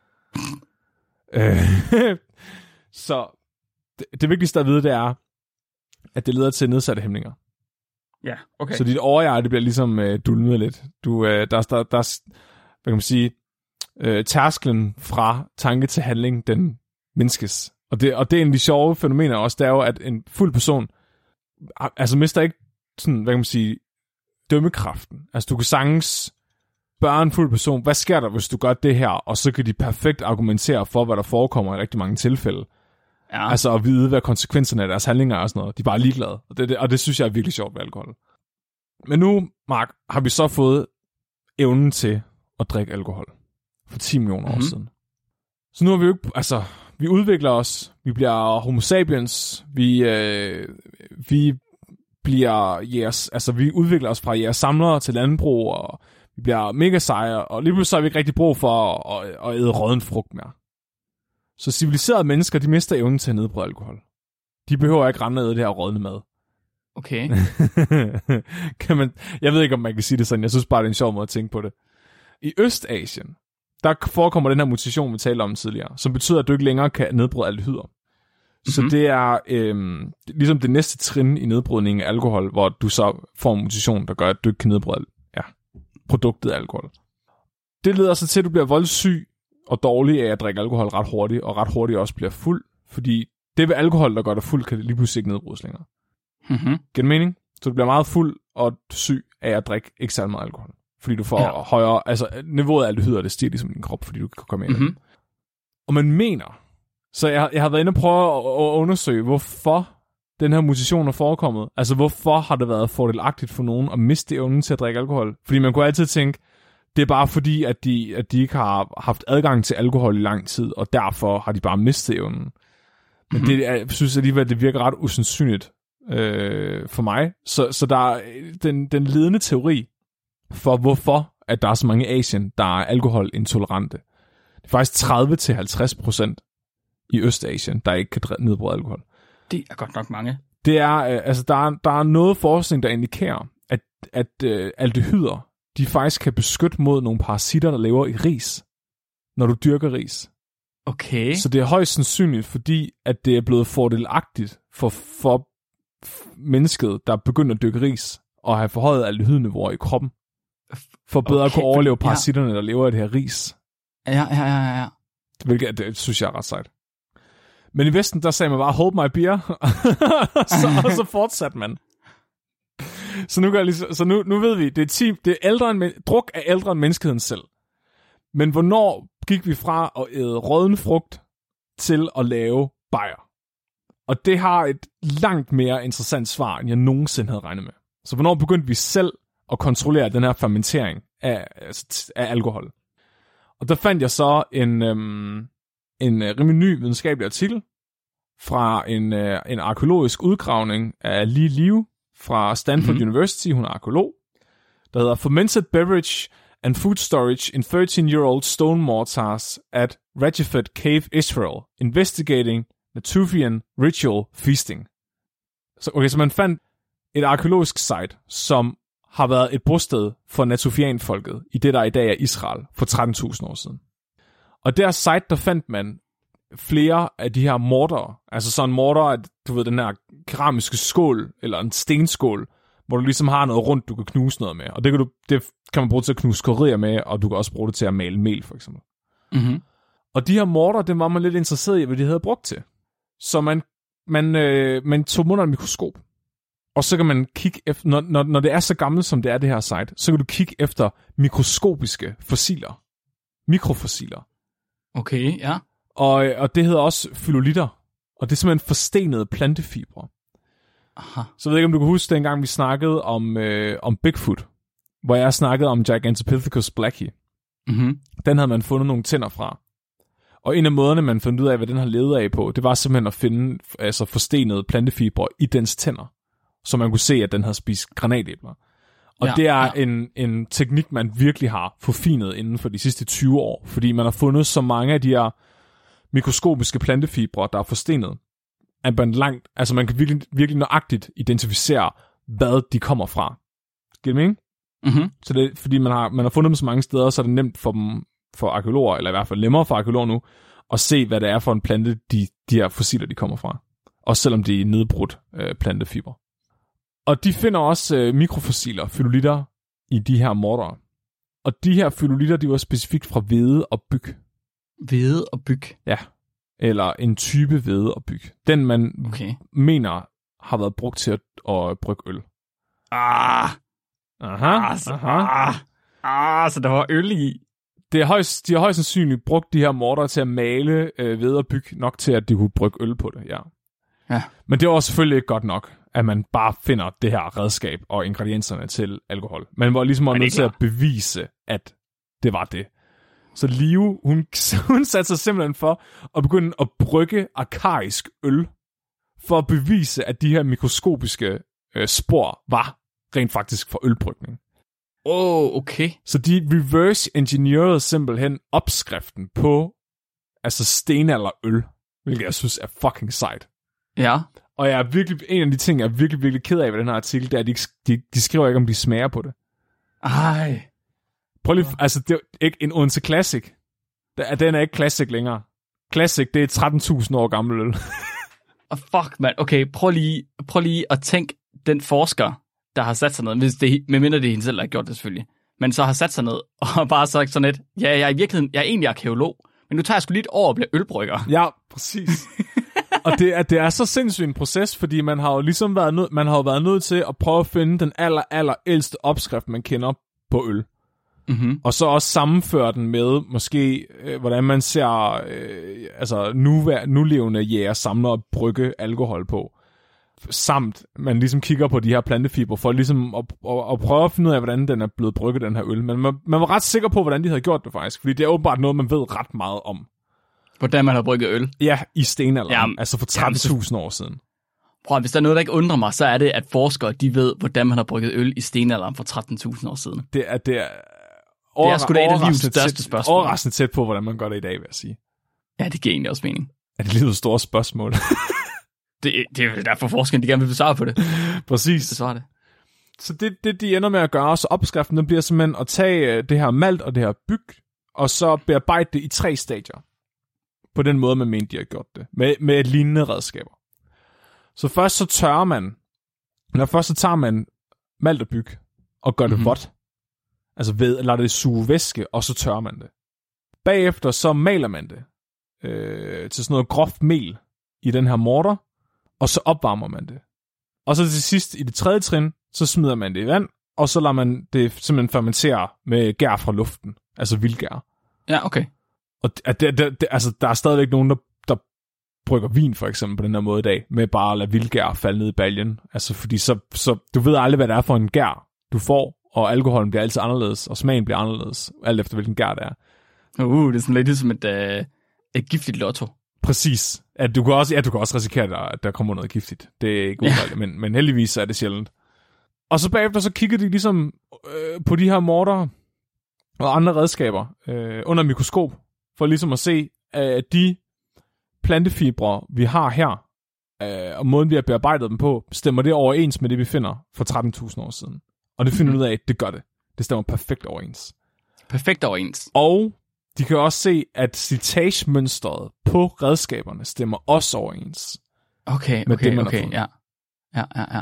Så det, det vigtigste at vide, det er, at det leder til nedsatte hæmninger. Ja, okay. Så dit overjeg, det bliver ligesom øh, dulmet lidt. Du, øh, der, der, der, hvad kan man sige, øh, tærsklen fra tanke til handling, den mindskes. Og det, og det er en af de sjove fænomener også, det er jo, at en fuld person, altså mister ikke sådan, hvad kan man sige, dømmekraften. Altså du kan sagtens spørge en fuld person, hvad sker der, hvis du gør det her? Og så kan de perfekt argumentere for, hvad der forekommer i rigtig mange tilfælde. Ja. Altså at vide, hvad konsekvenserne af deres handlinger er og sådan noget. De er bare ligeglade. Og det, det, og det synes jeg er virkelig sjovt ved alkohol. Men nu, Mark, har vi så fået evnen til at drikke alkohol for ti millioner mm-hmm. år siden. Så nu har vi jo ikke, altså... Vi udvikler os, vi bliver homo sapiens, vi, øh, vi bliver jægers, altså vi udvikler os fra jægers samlere til landbrug, og vi bliver mega seje, og lige pludselig har vi ikke rigtig brug for at, at, at æde rådden frugt mere. Så civiliserede mennesker, de mister evnen til at nedbryde alkohol. De behøver ikke rende og æde det her rådne mad. Okay. kan man, jeg ved ikke, om man kan sige det sådan, jeg synes bare, det er en sjov måde at tænke på det. I Østasien, der forekommer den her mutation, vi talte om tidligere, som betyder, at du ikke længere kan nedbryde aldehyder. Mm-hmm. Så det er øhm, ligesom det næste trin i nedbrydningen af alkohol, hvor du så får en mutation, der gør, at du ikke kan nedbryde ja, produktet af alkohol. Det leder så til, at du bliver voldssyg og dårlig af at drikke alkohol ret hurtigt, og ret hurtigt også bliver fuld, fordi det ved alkohol, der gør dig fuld, kan lige pludselig ikke nedbrydes længere. Mm-hmm. Giver det mening? Så du bliver meget fuld og syg af at drikke ikke særlig meget alkohol. Fordi du får ja. højere, altså niveauet af aldehyder, det stiger ligesom i din krop, fordi du kan komme ind. Mm-hmm. Og man mener, så jeg, jeg har været inde og prøve at, at undersøge, hvorfor den her mutation er forekommet. Altså hvorfor har det været fordelagtigt for nogen at miste evnen til at drikke alkohol? Fordi man kunne altid tænke, det er bare fordi, at de, at de ikke har haft adgang til alkohol i lang tid, og derfor har de bare mistet evnen. Men mm-hmm. det, jeg synes alligevel, det virker ret usandsynligt øh, for mig. Så, så der er den, den ledende teori for hvorfor, at der er så mange i Asien, der er alkoholintolerante. Det er faktisk tredive til halvtreds procent i Østasien, der ikke kan nedbryde alkohol. Det er godt nok mange. Det er, altså der er, der er noget forskning, der indikerer, at, at uh, aldehyder, de faktisk kan beskytte mod nogle parasitter, der lever i ris, når du dyrker ris. Okay. Så det er højst sandsynligt, fordi at det er blevet fordelagtigt for, for mennesket, der begynder at dyrke ris, og have forhøjet aldehydniveauer i kroppen. For bedre okay, at kunne overleve parasitterne, ja. Der lever i det her ris. Ja, ja, ja, ja. Hvilket, det synes jeg er ret sejt. Men i Vesten, der sagde man bare, hold my beer. så, og så fortsatte man. Så nu, lige, så nu, nu ved vi, det er, team, det er ældre end, druk er ældre end menneskeheden selv. Men hvornår gik vi fra at æde rådden frugt til at lave bajer? Og det har et langt mere interessant svar, end jeg nogensinde havde regnet med. Så hvornår begyndte vi selv at kontrollere den her fermentering af, af alkohol? Og der fandt jeg så en, øhm, en rimelig ny videnskabelig artikel, fra en, øh, en arkeologisk udgravning af Li Liu fra Stanford mm-hmm. University. Hun er arkeolog. Der hedder Fermented Beverage and Food Storage in thirteen-year-old Stone Mortars at Rajefet Cave, Israel. Investigating Natufian Ritual Feasting. Så, okay, så man fandt et arkeologisk site, som har været et bosted for Natufian-folket i det, der i dag er Israel, for tretten tusind år siden. Og der site, der fandt man flere af de her morter, altså sådan morter, at du ved, den her keramiske skål, eller en stenskål, hvor du ligesom har noget rundt, du kan knuse noget med. Og det kan, du, det kan man bruge til at knuse krydderier med, og du kan også bruge det til at male mel, for eksempel. Mm-hmm. Og de her morter, det var man lidt interesseret i, hvad de havde brugt til. Så man, man, øh, man tog dem under et mikroskop, og så kan man kigge efter, når, når, når det er så gammelt, som det er det her site, så kan du kigge efter mikroskopiske fossiler. Mikrofossiler. Okay, ja. Og, og det hedder også phylolitter, og det er simpelthen forstenede plantefibre. Aha. Så jeg ved ikke, om du kan huske, dengang vi snakkede om, øh, om Bigfoot, hvor jeg snakkede om Gigantopithecus blackie. Mm-hmm. Den havde man fundet nogle tænder fra. Og en af måderne, man fandt ud af, hvad den har levet af på, det var simpelthen at finde altså forstenede plantefibre i dens tænder, så man kunne se, at den havde spist granatæbler. Og ja, det er ja. en, en teknik, man virkelig har forfinet inden for de sidste tyve år, fordi man har fundet så mange af de her mikroskopiske plantefibre, der er forstenet, at man langt, altså man kan virkelig, virkelig nøjagtigt identificere, hvad de kommer fra. Giver det mening? Mm-hmm. Så det er, fordi man har, man har fundet dem så mange steder, så er det nemt for dem, for arkæologer, eller i hvert fald nemmere for arkæologer nu, at se, hvad det er for en plante, de, de her fossiler, de kommer fra. Også selvom de er nedbrudt øh, plantefibre. Og de finder også øh, mikrofossiler, phylolitter, i de her morter. Og de her phylolitter, de var specifikt fra hvede og byg. Hvede og byg? Ja. Eller en type hvede og byg. Den, man okay. mener, har været brugt til at, at brygge øl. Ah! Aha, ah, så, aha. Ah, ah, så der var øl i. Det er højst, de har højst sandsynligt brugt de her morter til at male øh, hvede og byg, nok til, at de kunne brygge øl på det, ja. ja. Men det var selvfølgelig ikke godt nok, at man bare finder det her redskab og ingredienserne til alkohol. Man var ligesom nødt til at bevise, at det var det. Så Liu, hun, hun satte sig simpelthen for at begynde at brygge arkaisk øl, for at bevise, at de her mikroskopiske øh, spor var rent faktisk for ølbrygning. Åh, oh, okay. Så de reverse-engineerede simpelthen opskriften på altså stenalderøl, hvilket jeg synes er fucking sejt. Ja. Og jeg er virkelig, en af de ting, jeg er virkelig, virkelig ked af ved den her artikel, det er, at de, de, de skriver ikke, om de smager på det. Ej. Prøv lige, altså det er ikke en Odense Classic. Den er ikke Classic længere. Classic, det er tretten tusind år gammel øl. Oh, fuck, man. Okay, prøv lige, prøv lige at tænke den forsker, der har sat sig ned, hvis det, medmindre det er hende selv, der har gjort det selvfølgelig, men så har sat sig ned og bare sagt sådan et, ja, jeg er i virkeligheden, jeg er egentlig arkæolog, men nu tager jeg sgu lige et år og bliver ølbrygger. Ja, præcis. Og det er, det er så sindssygt en proces, fordi man har jo ligesom været nød, man har jo været nødt til at prøve at finde den aller, aller ældste opskrift, man kender på øl. Mm-hmm. Og så også sammenføre den med, måske, øh, hvordan man ser øh, altså nuvær- nulevende jæger samler og brygge alkohol på. Samt, man ligesom kigger på de her plantefiber, for ligesom at, at, at prøve at finde ud af, hvordan den er blevet brygget, den her øl. Men man, man var ret sikker på, hvordan de havde gjort det faktisk, fordi det er åbenbart noget, man ved ret meget om. Hvordan man har brygget øl? Ja, i stenalderen, jamen, altså for tretten tusind år siden. Prøv, hvis der er noget, der ikke undrer mig, så er det, at forskere, de ved, hvordan man har brygget øl i stenalderen for tretten tusind år siden. Det er, det er, det er sgu da et af livets største spørgsmål. Overraskende tæt på, hvordan man gør det i dag, vil jeg sige. Ja, det giver egentlig også mening. Er det livets store spørgsmål? det, det er derfor forskerne, de gerne vil besvare på det. Præcis. Besvare det. Så det, det, de ender med at gøre, så opskriften, den bliver simpelthen at tage det her malt og det her byg, og så bearbejde det i tre stadier. På den måde, man mente, de har gjort det. Med, med lignende redskaber. Så først så tørrer man, eller først så tager man malt og byg, og gør det mm-hmm. vådt. Altså ved, lader det suge væske, og så tørrer man det. Bagefter så maler man det øh, til sådan noget groft mel i den her morter, og så opvarmer man det. Og så til sidst i det tredje trin, så smider man det i vand, og så lader man det simpelthen fermentere med gær fra luften, altså vildgær. Ja, okay. Og det, det, det, altså, der er stadigvæk nogen, der, der brygger vin for eksempel på den her måde i dag, med bare at lade vildgær falde ned i baljen. Altså fordi så, så du ved aldrig, hvad det er for en gær, du får, og alkoholen bliver altid anderledes, og smagen bliver anderledes, alt efter hvilken gær det er. Uh, det er sådan lidt som et, uh, et giftigt lotto. Præcis. At du kan også, ja, du kan også risikere, at der kommer noget giftigt. Det er ikke udvalgt, ja. men, men heldigvis er det sjældent. Og så bagefter, så kigger de ligesom øh, på de her morter og andre redskaber øh, under mikroskop, for ligesom at se, at de plantefibre, vi har her, øh, og måden, vi har bearbejdet dem på, stemmer det overens med det, vi finder for tretten tusind år siden. Og det finder mm. ud af, at det gør det. Det stemmer perfekt overens. Perfekt overens. Og de kan også se, at slitagemønstret på redskaberne stemmer også overens. Okay, med okay, det, okay, ja. Ja, ja, ja.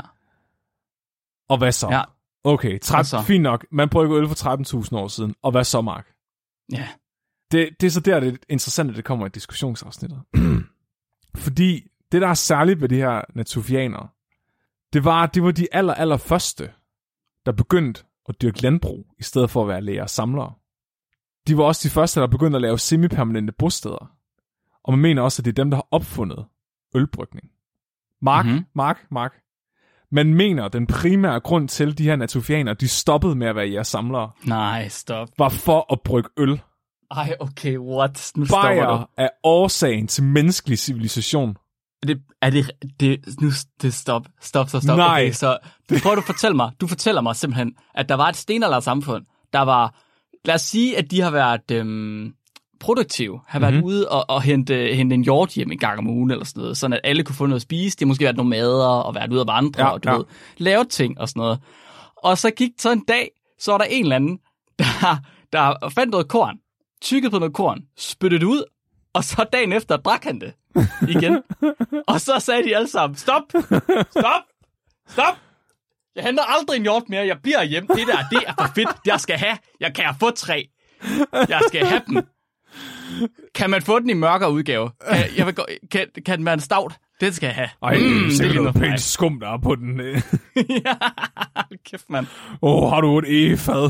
Og hvad så? Ja. Okay, tretten, så? Fint nok. Man brygger øl for tretten tusind år siden. Og hvad så, Mark? Ja. Det, det er så der, det er interessant, at det kommer i diskussionsafsnittet. Fordi det, der er særligt ved de her natufianere, det var, det var de aller, aller første, der begyndte at dyrke landbrug, i stedet for at være læger og samlere. De var også de første, der begyndte at lave semipermanente bosteder. Og man mener også, at det er dem, der har opfundet ølbrygning. Mark, mm-hmm. Mark, Mark. Man mener, den primære grund til, at de her natufianere, de stoppede med at være jeres samlere. Nej, stop. Var for at brygge øl. Ej, okay, what? Nu Bajer stopper du. er årsagen til menneskelig civilisation. Er det, er det, det, nu, det stop, stop, stop, stop. Nej. Okay, så prøv du fortælle mig, du fortæller mig simpelthen, at der var et stenaldersamfund, der var, lad os sige, at de har været øhm, produktive, har været mm-hmm. ude og, og hente, hente en hjort hjem en gang om ugen, eller sådan noget, sådan at alle kunne få noget at spise. De har måske været nomader og været ude og vandre, ja, og du ja. ved, lave ting og sådan noget. Og så gik så en dag, så var der en eller anden, der, der fandt noget korn, tykkede på noget korn, spyttede det ud, og så dagen efter drak han det igen. Og så sagde de alle sammen, stop, stop, stop. Jeg henter aldrig en hjort mere, jeg bliver hjemme. Det der, det er for fedt, jeg skal have. Jeg kan have få tre. Jeg skal have dem. Kan man få den i mørkere udgave? Kan, jeg vil gå, kan, kan den være en stout? Det skal jeg have. Ej, mm, det er noget pænt skum, der er på den. Ja, kæft, mand. Åh, oh, har du et egefad?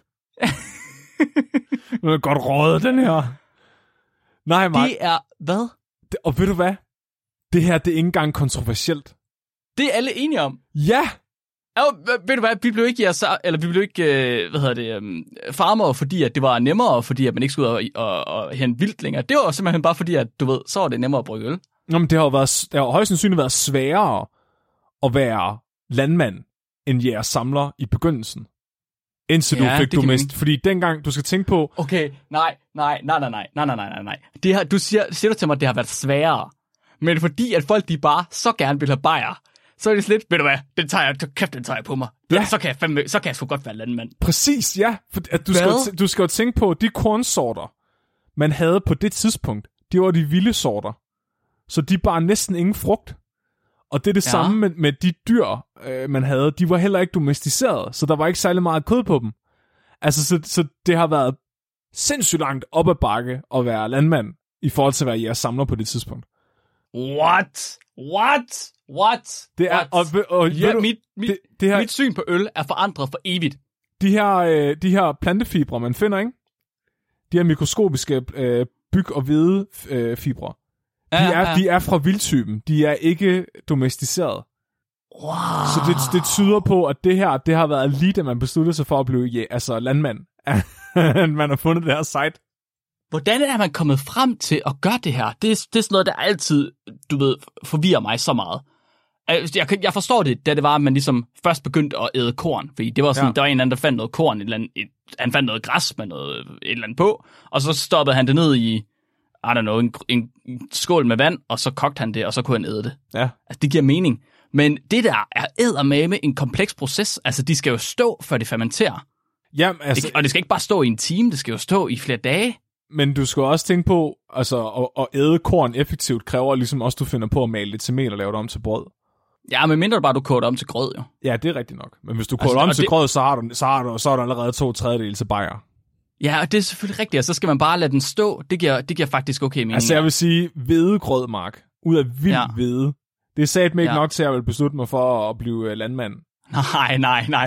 Det er godt røget, den her. Nej, Mark. Det er, hvad? Det, og ved du hvad? Det her, det er ikke engang kontroversielt. Det er alle enige om. Ja! Oh, ved du hvad, vi blev ikke, ja, eller vi blev ikke hvad hedder det, um, farmere, fordi at det var nemmere, fordi at man ikke skulle ud og, og, og hente vildt længere. Det var simpelthen bare fordi, at du ved, så var det nemmere at brygge øl. Jamen, det har jo været, det har højst sandsynligt været sværere at være landmand, end jeres samler i begyndelsen. Indtil ja, du fik domest. Fordi dengang, du skal tænke på... Okay, nej, nej, nej, nej, nej, nej, nej, nej, nej. Det her, du siger, siger du til mig, at det har været sværere. Men fordi at folk, de bare så gerne vil have bajer, så er det slet, ved du hvad, den tager jeg, kæft, den tager jeg på mig. Ja. Så kan jeg fandme, så kan jeg sgu godt være landmand. Præcis, ja. For at du, skal jo, du skal jo tænke på, de kornsorter, man havde på det tidspunkt, de var de vilde sorter. Så de bar næsten ingen frugt. Og det er det ja. samme med, med de dyr, øh, man havde. De var heller ikke domesticeret, så der var ikke særlig meget kød på dem. Altså, så, så det har været sindssygt langt op ad bakke at være landmand, i forhold til at være jeres samler på det tidspunkt. What? What? What? Det er, What? og, og, ja, du, mit, mit, det, det her, mit syn på øl er forandret for evigt. De her, øh, de her plantefibre, man finder, ikke? De her mikroskopiske øh, byg- og hvedefibre, øh, de, ja, er, ja. de er fra vildtypen. De er ikke domesticeret. Wow. Så det, det tyder på, at det her, det har været lige, da man besluttede sig for at blive ja, altså landmand. Man har fundet det her site. Hvordan er man kommet frem til at gøre det her? Det er, det er sådan noget, der altid, du ved, forvirrer mig så meget. Jeg, jeg forstår det, da det var, at man ligesom først begyndte at æde korn. Fordi det var sådan, ja. der var en eller anden, der fandt noget korn, et eller andet, et, han fandt noget græs med noget, et eller andet på, og så stoppede han det ned i, I don't know, en, en skål med vand, og så kogte han det, og så kunne han æde det. Ja. Altså, det giver mening. Men det der er eddermame en kompleks proces. Altså, de skal jo stå, før de fermenterer. Jamen, altså, det, og det skal ikke bare stå i en time, det skal jo stå i flere dage. Men du skal også tænke på, altså, at, at æde korn effektivt kræver ligesom også, du finder på at male det til mel og lave det om til brød. Ja, men mindre bare, du koger det om til grød, jo. Ja, det er rigtigt nok. Men hvis du koger altså, det om til det... grød, så har, du, så, har du, så har du allerede to tredjedele til bajer. Ja, og det er selvfølgelig rigtigt, og så skal man bare lade den stå. Det giver, det giver faktisk okay mening. Altså, jeg vil sige, hvedegrød, Mark, ud af vild ja. hvede. Det er satme ikke ja. nok til, at jeg vil beslutte mig for at blive landmand. Nej, nej, nej.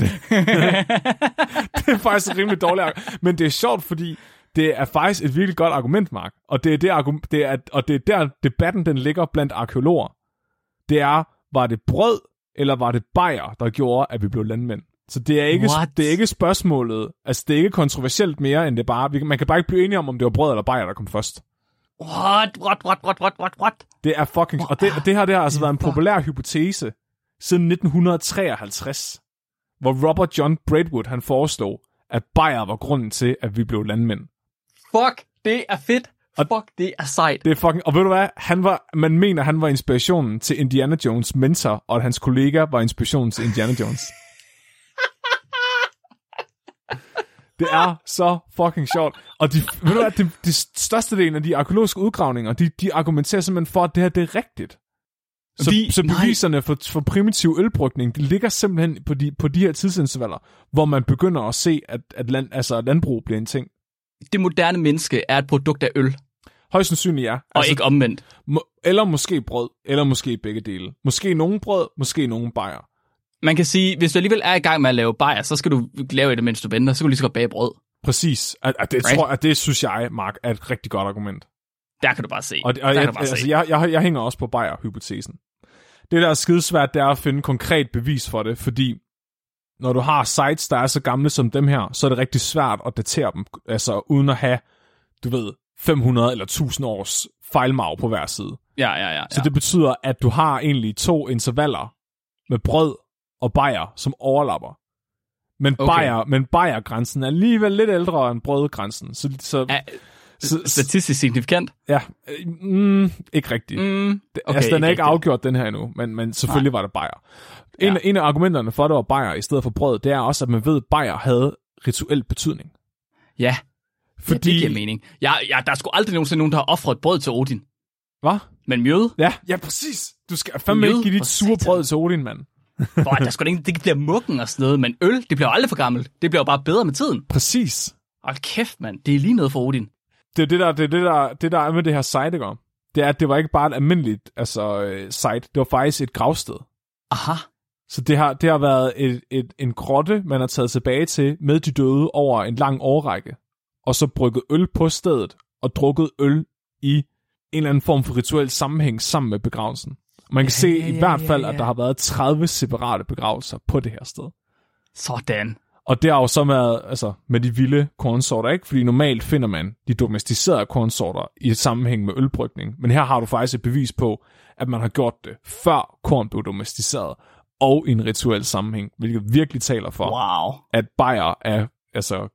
Det er faktisk et rimelig dårligt. Men det er sjovt, fordi det er faktisk et virkelig godt argument, Mark. Og det er, det argument, det er, og det er der, debatten den ligger blandt arkeologer. Det er, var det brød, eller var det bajer, der gjorde, at vi blev landmænd? Så det er ikke, det er ikke spørgsmålet, altså det er ikke kontroversielt mere, end det bare, man kan bare ikke blive enige om, om det var brød eller bajer, der kom først. What? What? What? What? What? What? What? Det er fucking... Og det, det her det har altså været en populær hypotese siden nitten treoghalvtreds, hvor Robert John Braidwood, han foreslog, at bajer var grunden til, at vi blev landmænd. Fuck, det er fedt. Fuck, det er sejt. Det er fucking... Og ved du hvad? Han var, man mener, han var inspirationen til Indiana Jones' mentor, og at hans kollega var inspirationen til Indiana Jones. Det er så fucking sjovt. Og de, ved du hvad, de, de største del af de arkeologiske udgravninger, de, de argumenterer simpelthen for, at det her det er rigtigt. Så, Vi, så beviserne for, for primitiv ølbrygning, de ligger simpelthen på de, på de her tidsintervaller, hvor man begynder at se, at, at land, altså landbrug bliver en ting. Det moderne menneske er et produkt af øl. Højst sandsynligt ja. Og altså, ikke omvendt. Må, eller måske brød, eller måske begge dele. Måske nogen brød, måske nogen bajer. Man kan sige, hvis du alligevel er i gang med at lave bajer, så skal du lave det, mens du venter. Så kan du lige så godt bage brød. Præcis. At, at det, right. tror, at det synes jeg, Mark, er et rigtig godt argument. Der kan du bare se. Og, og jeg, bare altså, se. jeg, jeg, jeg hænger også på bajer-hypotesen. Det, der er skidesvært, det er at finde konkret bevis for det, fordi når du har sites, der er så gamle som dem her, så er det rigtig svært at datere dem, altså uden at have, du ved, fem hundrede eller tusind års fejlmarv på hver side. Ja, ja, ja, ja. Så det betyder, at du har egentlig to intervaller med brød og bajer, som overlapper. Men, Okay. bajer, men bajergrænsen er alligevel lidt ældre end brødgrænsen. Så, så, Ja, så, statistisk signifikant? ja, øh, mm, ikke rigtigt. Mm, okay, altså, den er ikke rigtigt. afgjort, den her endnu, men, men selvfølgelig Nej. var det bajer. En, Ja. en af argumenterne for, at det var bajer i stedet for brød, det er også, at man ved, at bajer havde rituel betydning. Ja, Fordi... ja, det giver mening. Ja, ja, der er sgu aldrig nogensinde nogen, der har offret brød til Odin. Hvad? Men mjøde? Ja, ja, præcis. Du skal fandme Mjød? ikke give dit For sure satan. brød til Odin, mand. Hvor der sgu da ikke, det bliver mukken og sådan noget, men øl, det bliver jo aldrig for gammelt. Det bliver jo bare bedre med tiden. Præcis. Hold kæft, mand. Det er lige noget for Odin. Det er det, der, det, er det, der, det der er med det her site, ikke? Det er, at det var ikke bare et almindeligt altså, øh, site. Det var faktisk et gravsted. Aha. Så det har, det har været et, et, en grotte, man har taget tilbage til med de døde over en lang årrække. Og så brygget øl på stedet, og drukket øl i en eller anden form for rituel sammenhæng sammen med begravelsen. Man kan ja, se ja, i hvert fald, ja, ja. at der har været tredive separate begravelser på det her sted. Sådan. Og det har jo så været altså, med de vilde kornsorter, ikke? Fordi normalt finder man de domesticerede kornsorter i sammenhæng med ølbrygning. Men her har du faktisk et bevis på, at man har gjort det før korn blev domesticeret, og i en rituel sammenhæng, hvilket virkelig taler for, Wow. at bajer er altså,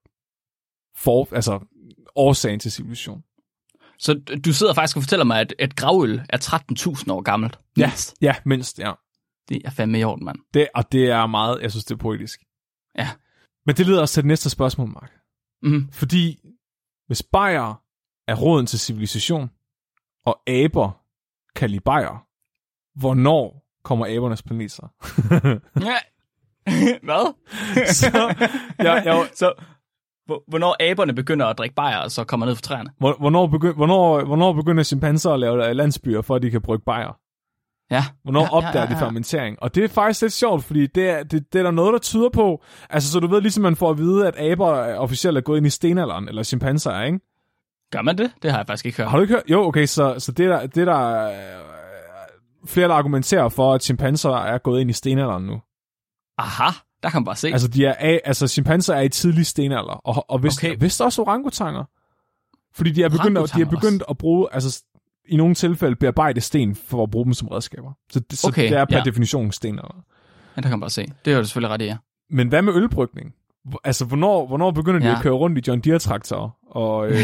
for, altså årsagen til civilisation. Så du sidder faktisk og fortæller mig, at et gravøl er tretten tusind år gammelt. Ja, Mindst. ja, mindst, ja. Det er fandme i orden, mand. Det, og det er meget, jeg synes, det er poetisk. Ja. Men det leder os til det næste spørgsmål, Mark. Mm. Fordi hvis bajer er roden til civilisation, og aber kan lide bajer, hvornår kommer abernes planet så? Ja. Hvad? så, ja, jeg, så hvor- hvornår aberne begynder at drikke bajer, og så kommer ned fra træerne? hvor- hvornår, begynder, hvornår, hvornår begynder chimpanser at lave landsbyer, for at de kan brygge bajer? Ja. Hvornår ja, opdager ja, ja, ja. de fermentering? Og det er faktisk lidt sjovt, fordi det er, det, det er der noget, der tyder på. Altså, så du ved, ligesom man får at vide, at aber er officielt er gået ind i stenalderen, eller chimpanser er, ikke? Gør man det? Det har jeg faktisk ikke hørt. Har du ikke hørt? Jo, okay, så, så det er der, det er der øh, flere, der argumenterer for, at chimpanser er gået ind i stenalderen nu. Aha, der kan man bare se. Altså, de er af, altså chimpanser er i tidlig stenalder, og, og vist, Okay. vist også orangutanger. Fordi de er begyndt, at, de er Orangutanger begyndt at bruge, altså i nogle tilfælde bearbejde sten, for at bruge dem som redskaber. Så det, så Okay, det er per ja. definition stenalder. Ja, der kan man bare se. Det er jo selvfølgelig ret i, ja. Men hvad med ølbrygning? Hvor- Altså, hvornår, hvornår begynder de Ja. at køre rundt i John Deere-traktorer? Og, øh,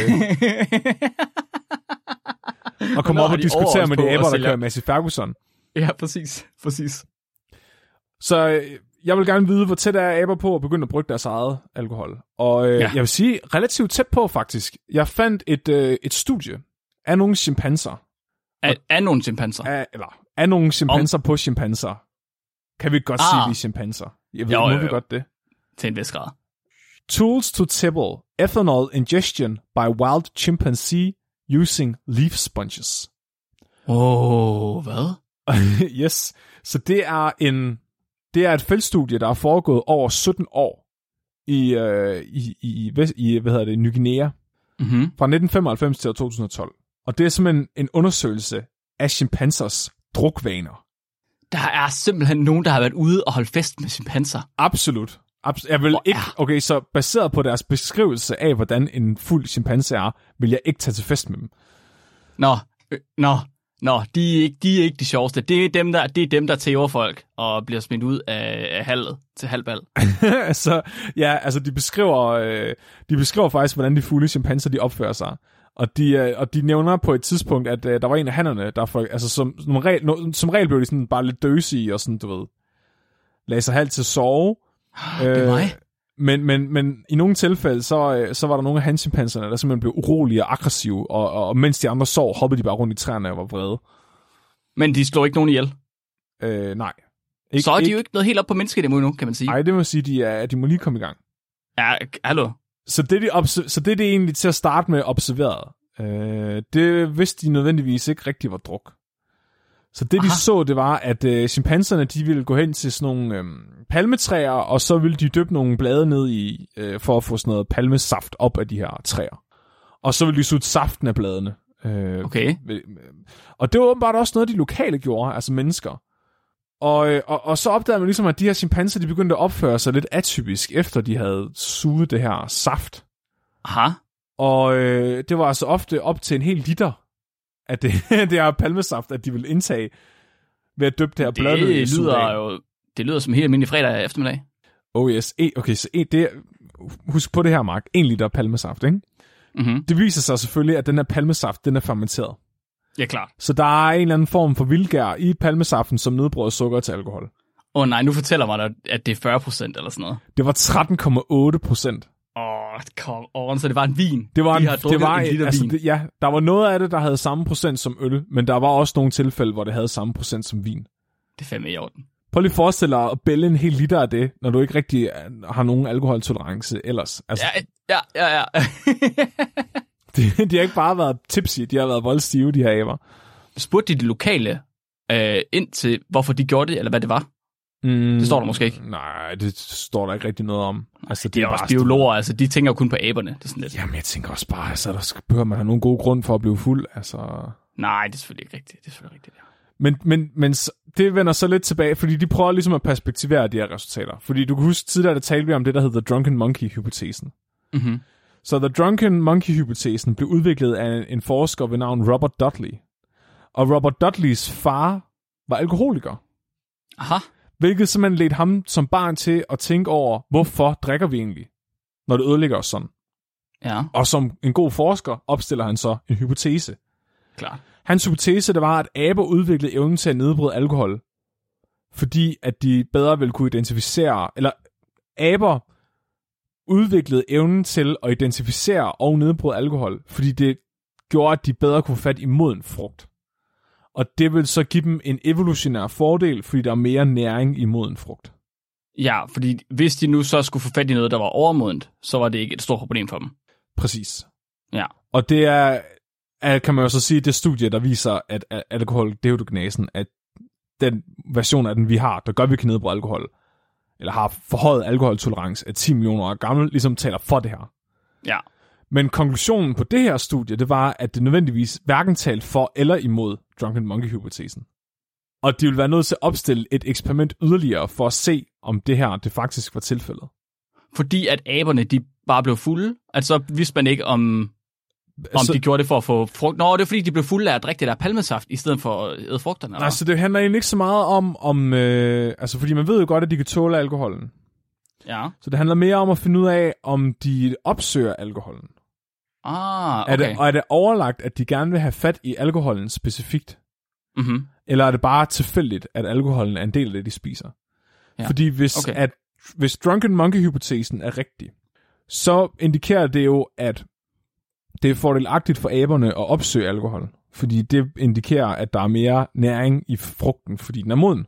og komme Hvornår op har og de diskutere overårs med på de at aber, der sælge- kører Massey Ferguson. Ja, præcis. Præcis. Så øh, jeg vil gerne vide, hvor tæt er aber på at begynde at brygge deres eget alkohol. Og øh, Ja. jeg vil sige, relativt tæt på faktisk. Jeg fandt et, øh, et studie af nogle chimpanser. Er, er nogle chimpanser? Af, eller af nogle chimpanser Om... på chimpanser. Kan vi godt ah. sige, Ah. de er chimpanser? Jeg ved, Jo, må jo, vi jo. godt det? Til en vis grad. Tools to tibble ethanol ingestion by wild chimpanzee using leaf sponges. Åh, oh, hvad? Yes. Så det er en det er et feltstudie, der er foregået over sytten år i øh, i i, vest, i hvad hedder det, Ny Guinea Mm-hmm. fra nitten femoghalvfems til to tusind og tolv. Og det er simpelthen en undersøgelse af chimpansers drukvaner. Der er simpelthen nogen, der har været ude og holde fest med chimpanser. Absolut. Abs- jeg vil Hvor ikke, er- okay, så baseret på deres beskrivelse af, hvordan en fuld chimpanse er, vil jeg ikke tage til fest med dem. Nå, øh, nå, nå, de er, ikke, de er ikke de sjoveste. Det er dem, der, det er dem, der tæver folk og bliver smidt ud af, af halvet til halvbal. så ja, altså de beskriver, øh, de beskriver faktisk, hvordan de fulde chimpanser, de opfører sig. Og de, øh, og de nævner på et tidspunkt, at øh, der var en af hannerne, der for, altså som, som, regel, no, som regel blev de sådan bare lidt døsige og sådan, du ved, lagde sig halvt til at sove. Det er mig. Men, men, men i nogle tilfælde, så, så var der nogle af hanchimpanserne, der simpelthen blev urolige og aggressive, og, og, og mens de andre sov, hoppede de bare rundt i træerne og var vrede. Men de slår ikke nogen ihjel? Øh, nej. Ik- så er de ikke, jo ikke noget helt op på menneskedemo nu, kan man sige. Nej, det må sige, de, er, de må lige komme i gang. Ja, hallo. Så det, de obs- så det, de egentlig til at starte med observerede, øh, det vidste de nødvendigvis ikke rigtig var druk. Så det, Aha. de så, det var, at øh, chimpanserne, de ville gå hen til sådan nogle øh, palmetræer, og så ville de dyppe nogle blade ned i, øh, for at få sådan noget palmesaft op af de her træer. Og så ville de sutte saften af bladene. Øh, okay. Øh, og det var åbenbart også noget, de lokale gjorde, altså mennesker. Og, øh, og, og så opdagede man ligesom, at de her chimpanser, de begyndte at opføre sig lidt atypisk, efter de havde suget det her saft. Aha. Og øh, det var altså ofte op til en hel liter, at det, det her palmesaft, at de ville indtage ved at dyppe det her blad. Det lyder jo, det lyder som helt almindelig fredag eftermiddag. Oh yes, e, okay, så e, det er, husk på det her, Mark, en liter palmesaft, ikke? Mm-hmm. Det viser sig selvfølgelig, at den her palmesaft, den er fermenteret. Ja, klart. Så der er en eller anden form for vildgær i palmesaften, som nedbryder sukker til alkohol. Åh oh, nej, nu fortæller mig, at det er fyrre procent eller sådan noget. Det var tretten komma otte procent. Åh, oh, kom on, så det var en vin. Det var en, De har det var en liter altså, vin. Det, ja, der var noget af det, der havde samme procent som øl, men der var også nogle tilfælde, hvor det havde samme procent som vin. Det er fandme i orden. Prøv lige at forestille dig at bælge en hel liter af det, når du ikke rigtig har nogen alkoholtolerance ellers. Altså, ja, ja, ja, ja. de, de har ikke bare været tipsy, de har været voldstive, de her aber. Spurgte de de lokale øh, ind til, hvorfor de gjorde det, eller hvad det var? Mm, det står der måske ikke. Nej, det står der ikke rigtig noget om. Altså, det, det er, er også biologer, altså de tænker jo kun på aberne. Det er sådan lidt. Jamen, jeg tænker også bare, altså, der skal, behøver man have nogen god grund for at blive fuld. Altså. Nej, det er selvfølgelig ikke rigtigt. Det er selvfølgelig rigtigt, ja. Men, men, men det vender så lidt tilbage, fordi de prøver ligesom at perspektivere de her resultater. Fordi du kan huske, tidligere der talte vi om det, der hedder Drunken Monkey-hypotesen. Mm-hmm. Så The Drunken Monkey-hypotesen blev udviklet af en forsker ved navn Robert Dudley. Og Robert Dudleys far var alkoholiker. Aha. Hvilket simpelthen ledte ham som barn til at tænke over, hvorfor drikker vi egentlig, når det ødelægger os sådan. Ja. Og som en god forsker opstiller han så en hypotese. Klar. Hans hypotese, det var, at aber udviklede evnen til at nedbryde alkohol, fordi at de bedre ville kunne identificere, eller aber udviklede evnen til at identificere og nedbryde alkohol, fordi det gjorde, at de bedre kunne få fat i moden frugt. Og det vil så give dem en evolutionær fordel, fordi der er mere næring i moden frugt. Ja, fordi hvis de nu så skulle få fat i noget, der var overmodent, så var det ikke et stort problem for dem. Præcis. Ja. Og det er, kan man jo så sige, det studie, der viser, at alkohol, deodogenasen, at den version af den, vi har, der gør, at vi kan nedbryde alkohol, eller har forhøjet alkoholtolerance af ti millioner år gammel, ligesom taler for det her. Ja. Men konklusionen på det her studie, det var, at det nødvendigvis hverken talte for eller imod Drunken Monkey-hypotesen. Og de ville være nødt til at opstille et eksperiment yderligere for at se, om det her det faktisk var tilfældet. Fordi at aberne, de bare blev fulde? Altså vidste man ikke, om, om så, de gjorde det for at få frugt? Nå, det er fordi, de blev fulde af at drikke det der palmesaft, i stedet for at æde frugterne? Eller? Nej, så det handler egentlig ikke så meget om, om øh, altså fordi man ved jo godt, at de kan tåle alkoholen. Ja. Så det handler mere om at finde ud af, om de opsøger alkoholen. Ah, okay. Er det, og er det overlagt, at de gerne vil have fat i alkoholen specifikt? Mhm. Eller er det bare tilfældigt, at alkoholen er en del af det, de spiser? Ja. Fordi hvis, okay. at, hvis Drunken Monkey-hypotesen er rigtig, så indikerer det jo, at det er fordelagtigt for aberne at opsøge alkohol. Fordi det indikerer, at der er mere næring i frugten, fordi den er moden.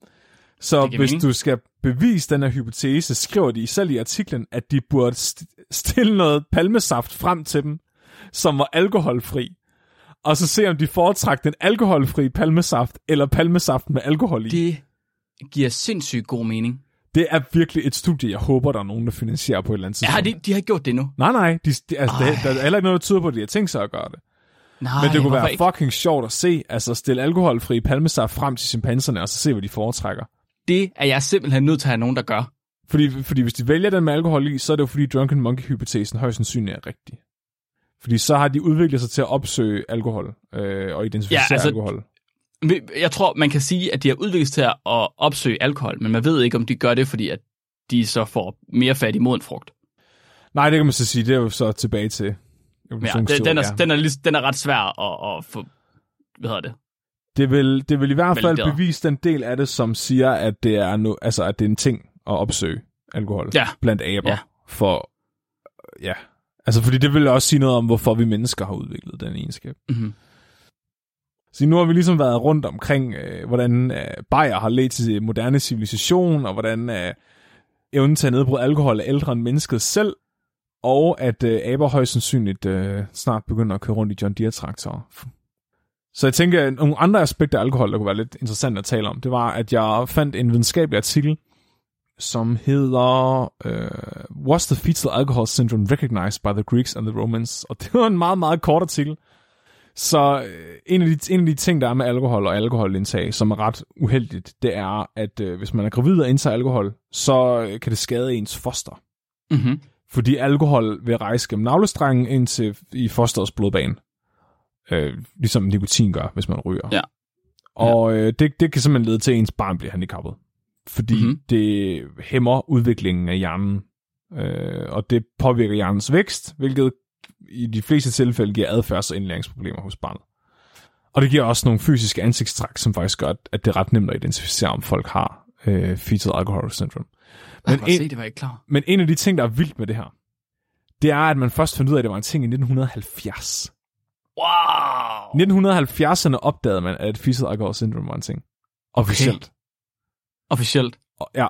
Så hvis mening. Du skal bevise den her hypotese, skriver de selv i artiklen, at de burde st- stille noget palmesaft frem til dem, som var alkoholfri. Og så se, om de foretrækker den alkoholfri palmesaft, eller palmesaft med alkohol i. Det giver sindssygt god mening. Det er virkelig et studie, jeg håber, der er nogen, der finansierer på et eller andet tidspunkt. Ja, de, de har gjort det nu. Nej, nej. De, de, altså, det, der er heller ikke noget, der tyder på, at de har tænkt sig at gøre det. Nej, men det kunne være ikke? fucking sjovt at se, altså stille alkoholfri palmesaft frem til chimpanserne, og så se, hvad de foretrækker. Det er jeg simpelthen nødt til at have nogen, der gør. Fordi, fordi hvis de vælger den med alkohol i, så er det jo fordi Drunken Monkey-hypotesen højst sandsynligt er rigtig. Fordi så har de udviklet sig til at opsøge alkohol øh, og identificere ja, altså, alkohol. Jeg tror, man kan sige, at de har udviklet sig til at opsøge alkohol, men man ved ikke, om de gør det, fordi at de så får mere fat i moden frugt. Nej, det kan man så sige. Det er jo så tilbage til... Ja, den, den, er, den, er, den er ret svær at, at få... Hvad hedder det? Det vil, det vil i hvert fald bevise den del af det, som siger, at det er, no, altså, at det er en ting at opsøge alkohol ja. blandt aber. Ja. For, ja, altså fordi det vil også sige noget om, hvorfor vi mennesker har udviklet den egenskab. Mm-hmm. Så nu har vi ligesom været rundt omkring, øh, hvordan øh, bajer har ledt til moderne civilisation, og hvordan øh, evnen til at nedbryde alkohol er ældre end mennesket selv, og at øh, aber højst sandsynligt øh, snart begynder at køre rundt i John Deere-traktorer. Så jeg tænker, at nogle andre aspekter af alkohol, der kunne være lidt interessant at tale om, det var, at jeg fandt en videnskabelig artikel, som hedder uh, Was the fetal alcohol syndrome recognized by the Greeks and the Romans? Og det var en meget, meget kort artikel. Så uh, en, af de, en af de ting, der er med alkohol og alkoholindtag, som er ret uheldigt, det er, at uh, hvis man er gravid og indtager alkohol, så uh, kan det skade ens foster. Mm-hmm. Fordi alkohol vil rejse gennem navlestrengen ind til i fosterets blodbane. Uh, ligesom nikotin gør, hvis man ryger. Ja. Og uh, det, det kan simpelthen lede til, at ens barn bliver handicappet. Fordi mm-hmm. det hæmmer udviklingen af hjernen, øh, og det påvirker hjernens vækst, hvilket i de fleste tilfælde giver adfærds- og indlæringsproblemer hos barnet. Og det giver også nogle fysiske ansigtstræk, som faktisk gør, at det er ret nemt at identificere, om folk har øh, fetal alcohol syndrome. Men, en, se, det var ikke klar. men en af de ting, der er vildt med det her, det er, at man først fandt ud af, at det var en ting i nitten halvfjerds. Wow! I nitten halvfjerdserne opdagede man, at fetal alcohol syndrome var en ting. Officielt. Okay. Officielt? Ja.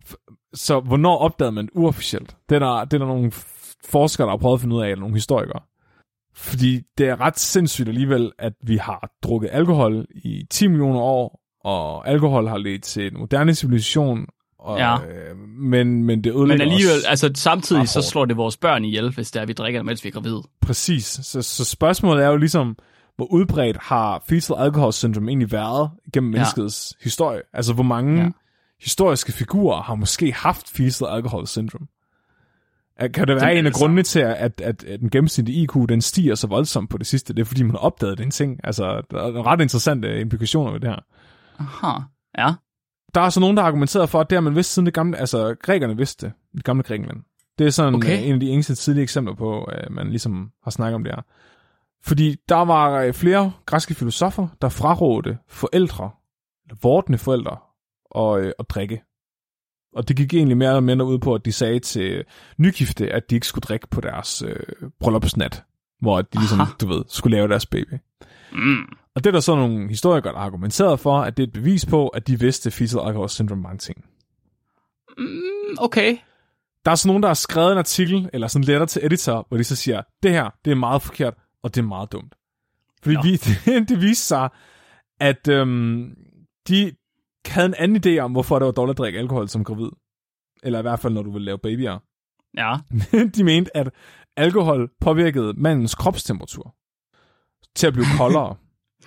Så hvornår opdagede man uofficielt? Det er, der, det er der nogle forskere, der har prøvet at finde ud af, eller nogle historikere. Fordi det er ret sindssygt alligevel, at vi har drukket alkohol i ti millioner år, og alkohol har ledt til en moderne civilisation, og, ja. øh, men, men det ødelægger Men alligevel, også altså samtidig så slår det vores børn ihjel, hvis det er, vi drikker, mens vi er gravide. Præcis. Så, så spørgsmålet er jo ligesom, hvor udbredt har fetal alcohol syndrome egentlig været gennem ja. menneskets historie? Altså, hvor mange ja. historiske figurer har måske haft fetal alcohol syndrome? Kan det være det, en af altså grundene til, at, at, at den gennemsnitlige I Q, den stiger så voldsomt på det sidste? Det er, fordi man har opdaget den ting. Altså, der er ret interessante implikationer ved det her. Aha, ja. Der er så nogen, der har argumenteret for, at det har man vidst siden det gamle, altså grækerne vidste det, i det gamle Grækenland. Det er sådan okay. en af de eneste tidlige eksempler på, at man ligesom har snakket om det her. Fordi der var flere græske filosofer, der frarådte forældre, eller vortende forældre, at, at drikke. Og det gik egentlig mere eller mindre ud på, at de sagde til nygifte, at de ikke skulle drikke på deres øh, bryllupsnat, hvor de ligesom, Aha. du ved, skulle lave deres baby. Mm. Og det er der så nogle historikere, der har argumenteret for, at det er et bevis på, at de vidste fetal alcohol syndrome mange ting. Mm, okay. Der er så nogen, der har skrevet en artikel, eller sådan en letter til editor, hvor de så siger, det her, det er meget forkert, og det er meget dumt. Fordi vi, det, det viste sig, at øhm, de havde en anden idé om, hvorfor det var dårligt at drikke alkohol som gravid. Eller i hvert fald, når du vil lave babyer. Ja. De mente, at alkohol påvirkede mandens kropstemperatur til at blive koldere.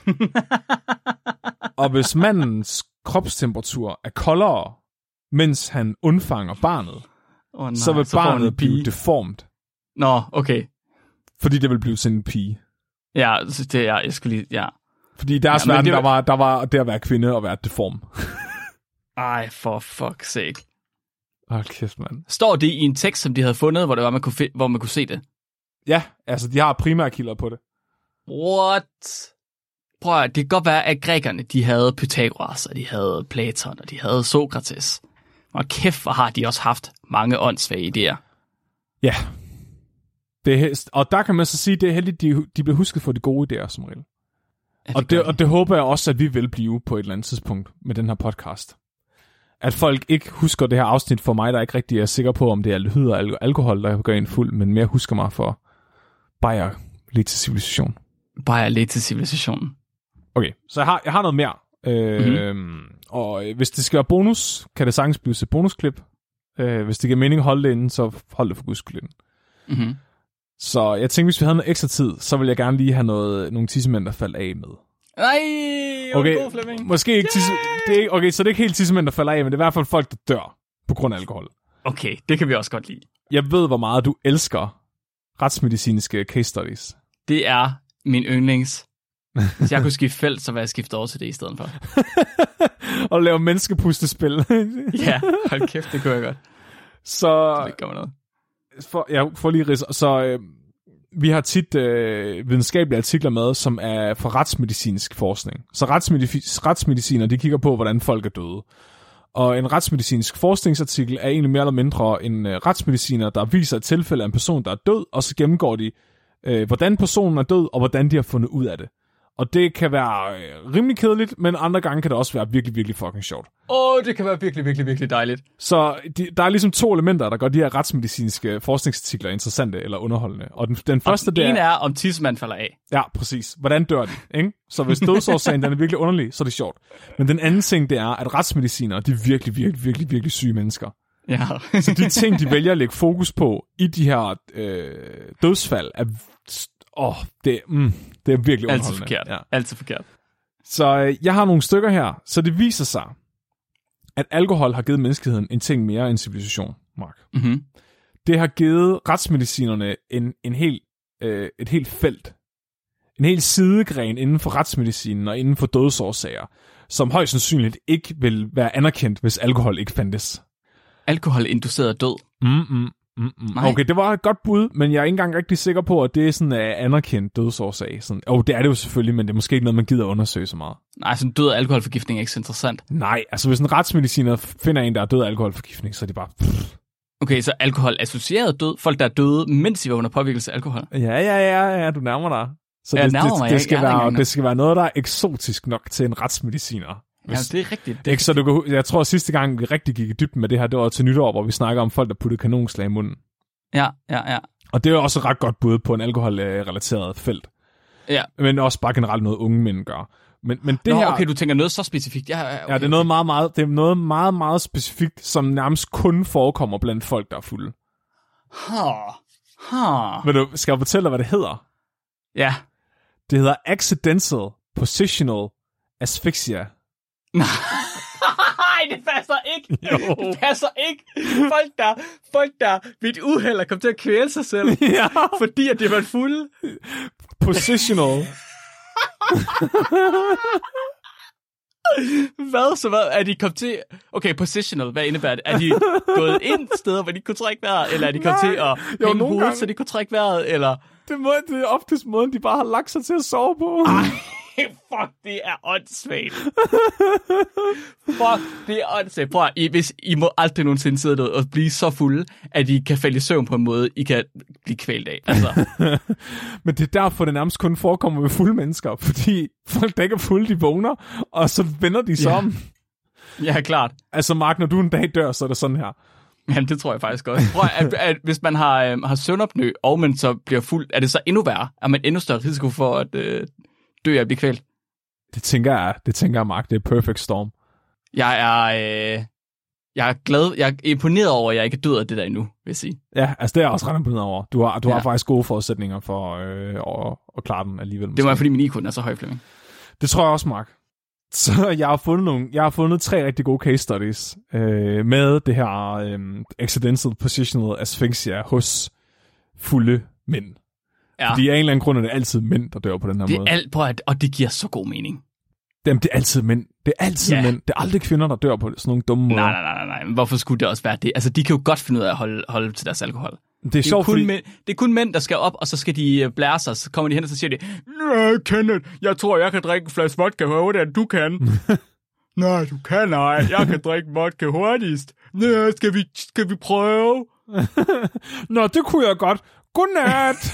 Og hvis mandens kropstemperatur er koldere, mens han undfanger barnet, oh, nej, så vil så barnet blive deformt. Nå, okay. Fordi det vil blive til en pige. Ja, det er, jeg skulle lige, ja. Fordi i deres ja, verden, det var... der, var, der var det at være kvinde og være deform. Ej, for fuck's sake. Hold kæft, mand. Står det i en tekst, som de havde fundet, hvor, det var, man kunne, fi- hvor man kunne se det? Ja, altså de har primære kilder på det. What? Prøv at, det kan godt være, at grækerne, de havde Pythagoras, og de havde Platon, og de havde Sokrates. Og kæft, hvor har de også haft mange åndssvage idéer. Ja. Det er, og der kan man så sige, det er heldigt, de, de bliver husket for de gode idéer, som regel. Ja, det og, det, og det håber jeg også, at vi vil blive på et eller andet tidspunkt med den her podcast. At folk ikke husker det her afsnit for mig, der ikke rigtig er sikker på, om det er lyd og alkohol, der gør en fuld, men mere husker mig for bajer lidt til civilisation. Bajer lidt til civilisationen. Okay, så jeg har, jeg har noget mere. Øh, mm-hmm. Og hvis det skal være bonus, kan det sagtens blive til bonusklip. Øh, hvis det giver mening at holde det inden, så hold det for guds skyld. Mm-hmm. Så jeg tænkte, hvis vi havde noget ekstra tid, så ville jeg gerne lige have noget, nogle tissemænd, der faldt af med. Nej, okay, god, Flemming. Måske ikke tisse, det er ikke, okay, så det er ikke helt tissemænd, der falder af, men det er i hvert fald folk, der dør på grund af alkohol. Okay, det kan vi også godt lide. Jeg ved, hvor meget du elsker retsmedicinske case studies. Det er min yndlings. Hvis jeg kunne skifte felt, så ville jeg skifte over til det i stedet for. Og lave menneskepustespil. Ja, hold kæft, det kunne jeg godt. Så... Det gør man noget. For, ja, for lige ridse. Så øh, vi har tit øh, videnskabelige artikler med, som er fra retsmedicinsk forskning. Så retsmedicin, retsmediciner, de kigger på, hvordan folk er døde. Og en retsmedicinsk forskningsartikel er egentlig mere eller mindre en øh, retsmediciner, der viser et tilfælde af en person, der er død, og så gennemgår de, øh, hvordan personen er død, og hvordan de har fundet ud af det. Og det kan være øh, rimelig kedeligt, men andre gange kan det også være virkelig, virkelig fucking sjovt. Åh, oh, det kan være virkelig, virkelig, virkelig dejligt. Så de, der er ligesom to elementer, der gør de her retsmedicinske forskningsartikler interessante eller underholdende. Og den, den første, og den det ene er... er, om tidsmand falder af. Ja, præcis. Hvordan dør de? Ikke? Så hvis dødsårsagen den er virkelig underlig, så er det sjovt. Men den anden ting, det er, at retsmedicinere, de er virkelig, virkelig, virkelig, virkelig syge mennesker. Ja. Så de ting, de vælger at lægge fokus på i de her øh, dødsfald, er... Åh, det, mm, det er virkelig underholdende. Altid forkert. Ja. Altid forkert. Så øh, jeg har nogle stykker her. Så det viser sig, at alkohol har givet menneskeheden en ting mere end civilisation, Mark. Mm-hmm. Det har givet retsmedicinerne en, en hel, øh, et helt felt. En hel sidegren inden for retsmedicinen og inden for dødsårsager, som højst sandsynligt ikke vil være anerkendt, hvis alkohol ikke fandtes. Alkoholinduceret død? Mm-mm. Mm-mm. Okay, det var et godt bud, men jeg er ikke engang rigtig sikker på, at det er sådan en anerkendt dødsårsag. Sådan, oh, det er det jo selvfølgelig, men det er måske ikke noget, man gider undersøge så meget. Nej, sådan død af alkoholforgiftning er ikke så interessant. Nej, altså hvis en retsmediciner finder en, der er død af alkoholforgiftning, så er det bare... Pff. Okay, så alkohol-associeret død, folk der er døde, mens de var under påvirkelse af alkohol? Ja, ja, ja, ja, du nærmer dig. Så jeg det, nærmer det, mig, det, skal jeg, jeg være, det skal være noget, der er eksotisk nok til en retsmediciner. Hvis, ja, det er rigtigt. Det er ikke, så du kan, jeg tror, at sidste gang, vi rigtig gik i dybden med det her, det var til nytår, hvor vi snakker om folk, der puttede kanonslag i munden. Ja, ja, ja. Og det er også et ret godt bud på en alkoholrelateret felt. Ja. Men også bare generelt noget, unge mænd gør. Men, men det Nå, her... okay, du tænker noget så specifikt. Ja, okay, ja det er noget meget, meget, det er noget meget, meget specifikt, som nærmest kun forekommer blandt folk, der er fulde. Ha. Ha. Vil du, skal jeg fortælle dig, hvad det hedder? Ja. Det hedder accidental positional asphyxia. Nej, det passer ikke. Jo. Det passer ikke. Folk der, folk der ved et uheld er kommet til at kvæle sig selv, ja. Fordi at det var fulde. Positional. Hvad så hvad? Er de kommet til... Okay, positional, hvad indebærer det? Er de gået ind steder, hvor de kunne trække vejret? Eller er de kommet Nej. til at jo, hænge hovedet, gange... så de kunne trække vejret? Eller... Det, må, det er oftest måden, de bare har lagt sig til at sove på. Ej, fuck, det er åndssvagt. Fuck, det er åndssvagt. Prøv at, I, hvis I må aldrig nogensinde sidde der og blive så fulde, at I kan falde i søvn på en måde, I kan blive kvælt af. Altså. Men det er derfor, det nærmest kun forekommer med fulde mennesker, fordi folk, der ikke er fulde, de vågner, og så vender de sig ja. om. Ja, klart. Altså, Mark, når du en dag dør, så er det sådan her. Jamen, det tror jeg faktisk også. Prøv at, at, at hvis man har, øh, har søvnopnø, og man så bliver fuld, er det så endnu værre? Er man endnu større risiko for at øh, dø af at blive kvælt? Det tænker jeg, det tænker jeg, Mark. Det er perfect storm. Jeg er, øh, jeg er glad, jeg er imponeret over, at jeg ikke er død af det der endnu, vil jeg sige. Ja, altså det er jeg også ret imponeret over. Du har, du ja. har faktisk gode forudsætninger for øh, at, at klare den alligevel. Måske. Det var fordi min I Q er så høj, Flemming. Det tror jeg også, Mark. Så jeg har fundet nogle, jeg har fundet tre rigtig gode case studies øh, med det her øh, accidental positional asphyxia hos fulde mænd. Ja. Fordi af en eller anden grund er det altid mænd, der dør på den her det er måde. Alt, prøv at, og det giver så god mening. Jamen, det er altid mænd. Det er altid ja. mænd. Det er aldrig kvinder, der dør på sådan nogle dumme måder. Nej, nej, nej, nej. Men hvorfor skulle det også være det? Altså, de kan jo godt finde ud af at holde, holde til deres alkohol. Det er, det, er sjovt, kun fordi... mænd, det er kun mænd, der skal op, og så skal de blære sig, så kommer de hen, og så siger de, nej, Kenneth, jeg tror, jeg kan drikke en flaske vodka hurtigere, end du kan. Nej, du kan nej. Jeg kan drikke vodka hurtigst. Nej, skal vi, skal vi prøve? Nå, det kunne jeg godt. Godnat!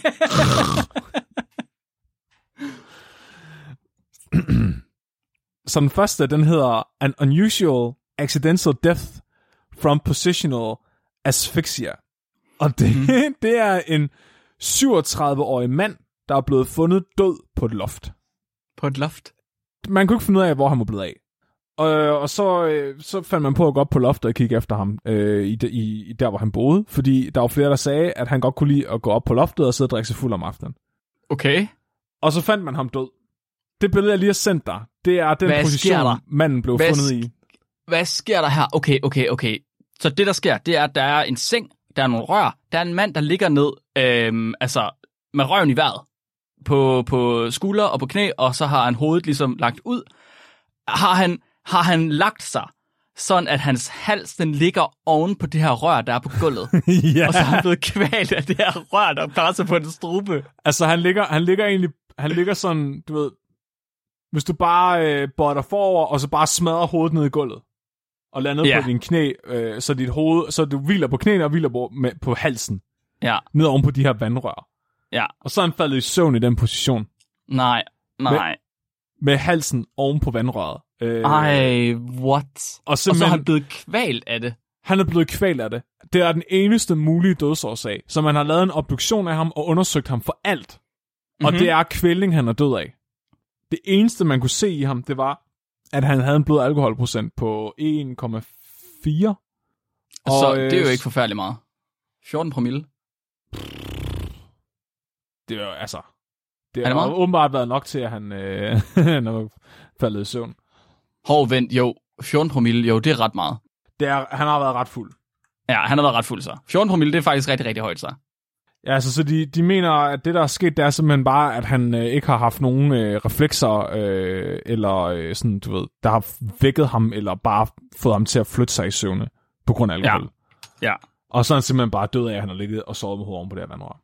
Så den første, den hedder An Unusual Accidental Death from Positional Asphyxia. Og det, mm. det er en syvogtredive-årig mand, der er blevet fundet død på et loft. På et loft? Man kunne ikke finde ud af, hvor han var blevet af. Og, og så, øh, så fandt man på at gå op på loftet og kigge efter ham øh, i, i, i der, hvor han boede. Fordi der var flere, der sagde, at han godt kunne lide at gå op på loftet og sidde og drikke sig fuld om aftenen. Okay. Og så fandt man ham død. Det billede, jeg lige har sendt dig, det er den Hvad position, manden blev Hvad fundet sk- i. Hvad sker der her? Okay, okay, okay. Så det, der sker, det er, at der er en seng, der er nogle rør, der er en mand, der ligger ned, øhm, altså med røven i vejret, på, på skulder og på knæ, og så har han hovedet ligesom lagt ud. Har han, har han lagt sig, sådan at hans hals, den ligger oven på det her rør, der er på gulvet. Ja. Og så er han blevet kvalt af det her rør, der passer på en strube. Altså, han ligger, han ligger egentlig, han ligger sådan, du ved, hvis du bare øh, bøjer dig forover, og så bare smadrer hovedet ned i gulvet, og lander Ja. på din knæ, øh, så dit hoved, så du hviler på knæene og hviler på, med, på halsen, Ja, ned oven på de her vandrør. ja. Og så er han faldet i søvn i den position, Nej, nej. med halsen oven på vandrøret. Øh, Ej, what? og, Og så er simpelthen, han blevet kvalt af det. han er blevet kvalt af det. Det er den eneste mulige dødsårsag, så man har lavet en obduktion af ham og undersøgt ham for alt. Mm-hmm. Og det er kvælning, han er død af. Det eneste, man kunne se i ham, det var, at han havde en blod alkoholprocent på en komma fire. Og så øh, det er jo ikke forfærdeligt meget. fjorten promille. Det er jo, altså... Det Er det har meget? åbenbart været nok til, at han, øh, han er faldet i søvn. Hov, vent, jo. fjorten promille, jo, det er ret meget. Det er, han har været ret fuld. Ja, han har været ret fuld så. fjorten promille, det er faktisk rigtig, rigtig højt så. Ja, altså, så de, de mener, at det, der er sket, det er simpelthen bare, at han øh, ikke har haft nogen øh, reflekser, øh, eller øh, sådan, du ved, der har vækket ham, eller bare fået ham til at flytte sig i søvne, på grund af alkohol. Ja. Ja. Og så er han simpelthen bare død af, at han har ligget og sovet med hovedet oven på det her vandrør.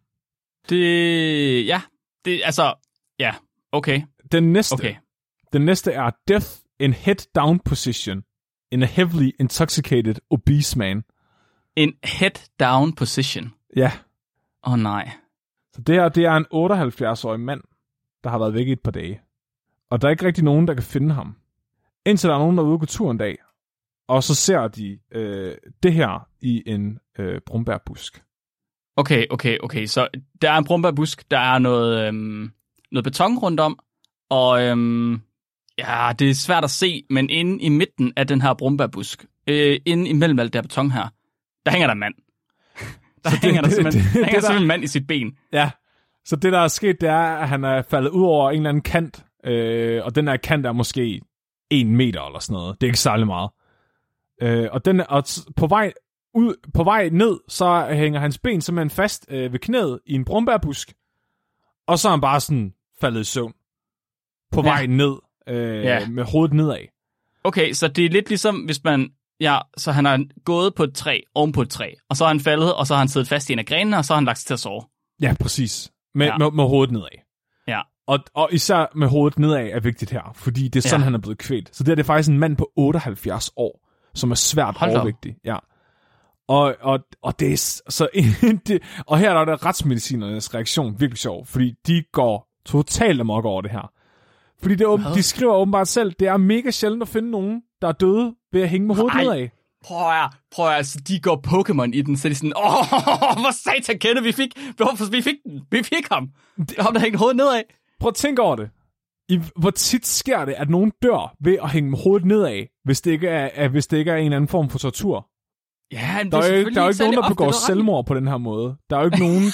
Det, ja, det, altså, ja, okay. Den næste, Okay. den næste er death in head-down position in a heavily intoxicated obese man. En head-down position. Ja, Åh oh, nej. så det her, det er en otteoghalvfjerds-årig mand, der har været væk i et par dage. Og der er ikke rigtig nogen, der kan finde ham. Indtil der er nogen, der er ude og gå tur en dag, og så ser de øh, det her i en øh, brumbærbusk. Okay, okay, okay. Så der er en brumbærbusk, der er noget, øhm, noget beton rundt om, og øhm, ja, det er svært at se, men inde i midten af den her brumbærbusk, øh, inde imellem alt det her beton her, der hænger der en mand. Der det- hænger der det- simpelthen, det- der det hænger der- simpelthen en mand i sit ben. Ja, så det, der er sket, det er, at han er faldet ud over en eller anden kant, øh, og den her kant er måske en meter eller sådan noget. Det er ikke særlig meget. Øh, og den er, og t- på vej ud, på vej ned, så hænger hans ben simpelthen fast øh, ved knæet i en brumbærbusk, og så er han bare sådan faldet i søvn. På Ja. vej ned, øh, Ja. med hovedet nedad. Okay, så det er lidt ligesom, hvis man, ja, så han har gået på et træ, oven på et træ, og så har han faldet, og så har han siddet fast i en af grenene, og så har han lagt sig til at sove. Ja, præcis. Med, Ja. ja. med, med hovedet nedad. Ja. Og, og især med hovedet nedad er vigtigt her, fordi det er sådan, Ja. han er blevet kvælt. Så det er det faktisk en mand på otteoghalvfjerds år, som er svært Hold da op. overvægtig. Ja. Og, og, og, det er, s- så, det, og her er der retsmedicinernes reaktion virkelig sjov, fordi de går totalt amok over det her. Fordi det er, åben- Hvad? de skriver åbenbart selv, det er mega sjældent at finde nogen, der er døde ved at hænge med hovedet Ej. nedad. Prøv at, prøv at, altså, de går Pokémon i den, så er de sådan, åh, hvor satan kender vi fik, hvorfor vi fik den, vi fik ham. Det er ham, der hængte hovedet nedad. Prøv at tænke over det. I, hvor tit sker det, at nogen dør ved at hænge med hovedet nedad, hvis det ikke er, er, hvis det ikke er en eller anden form for tortur? Ja, men Der er jo ikke, der er jo ikke nogen, der ofte, begår du har ret i. selvmord på den her måde. Der er jo ikke nogen,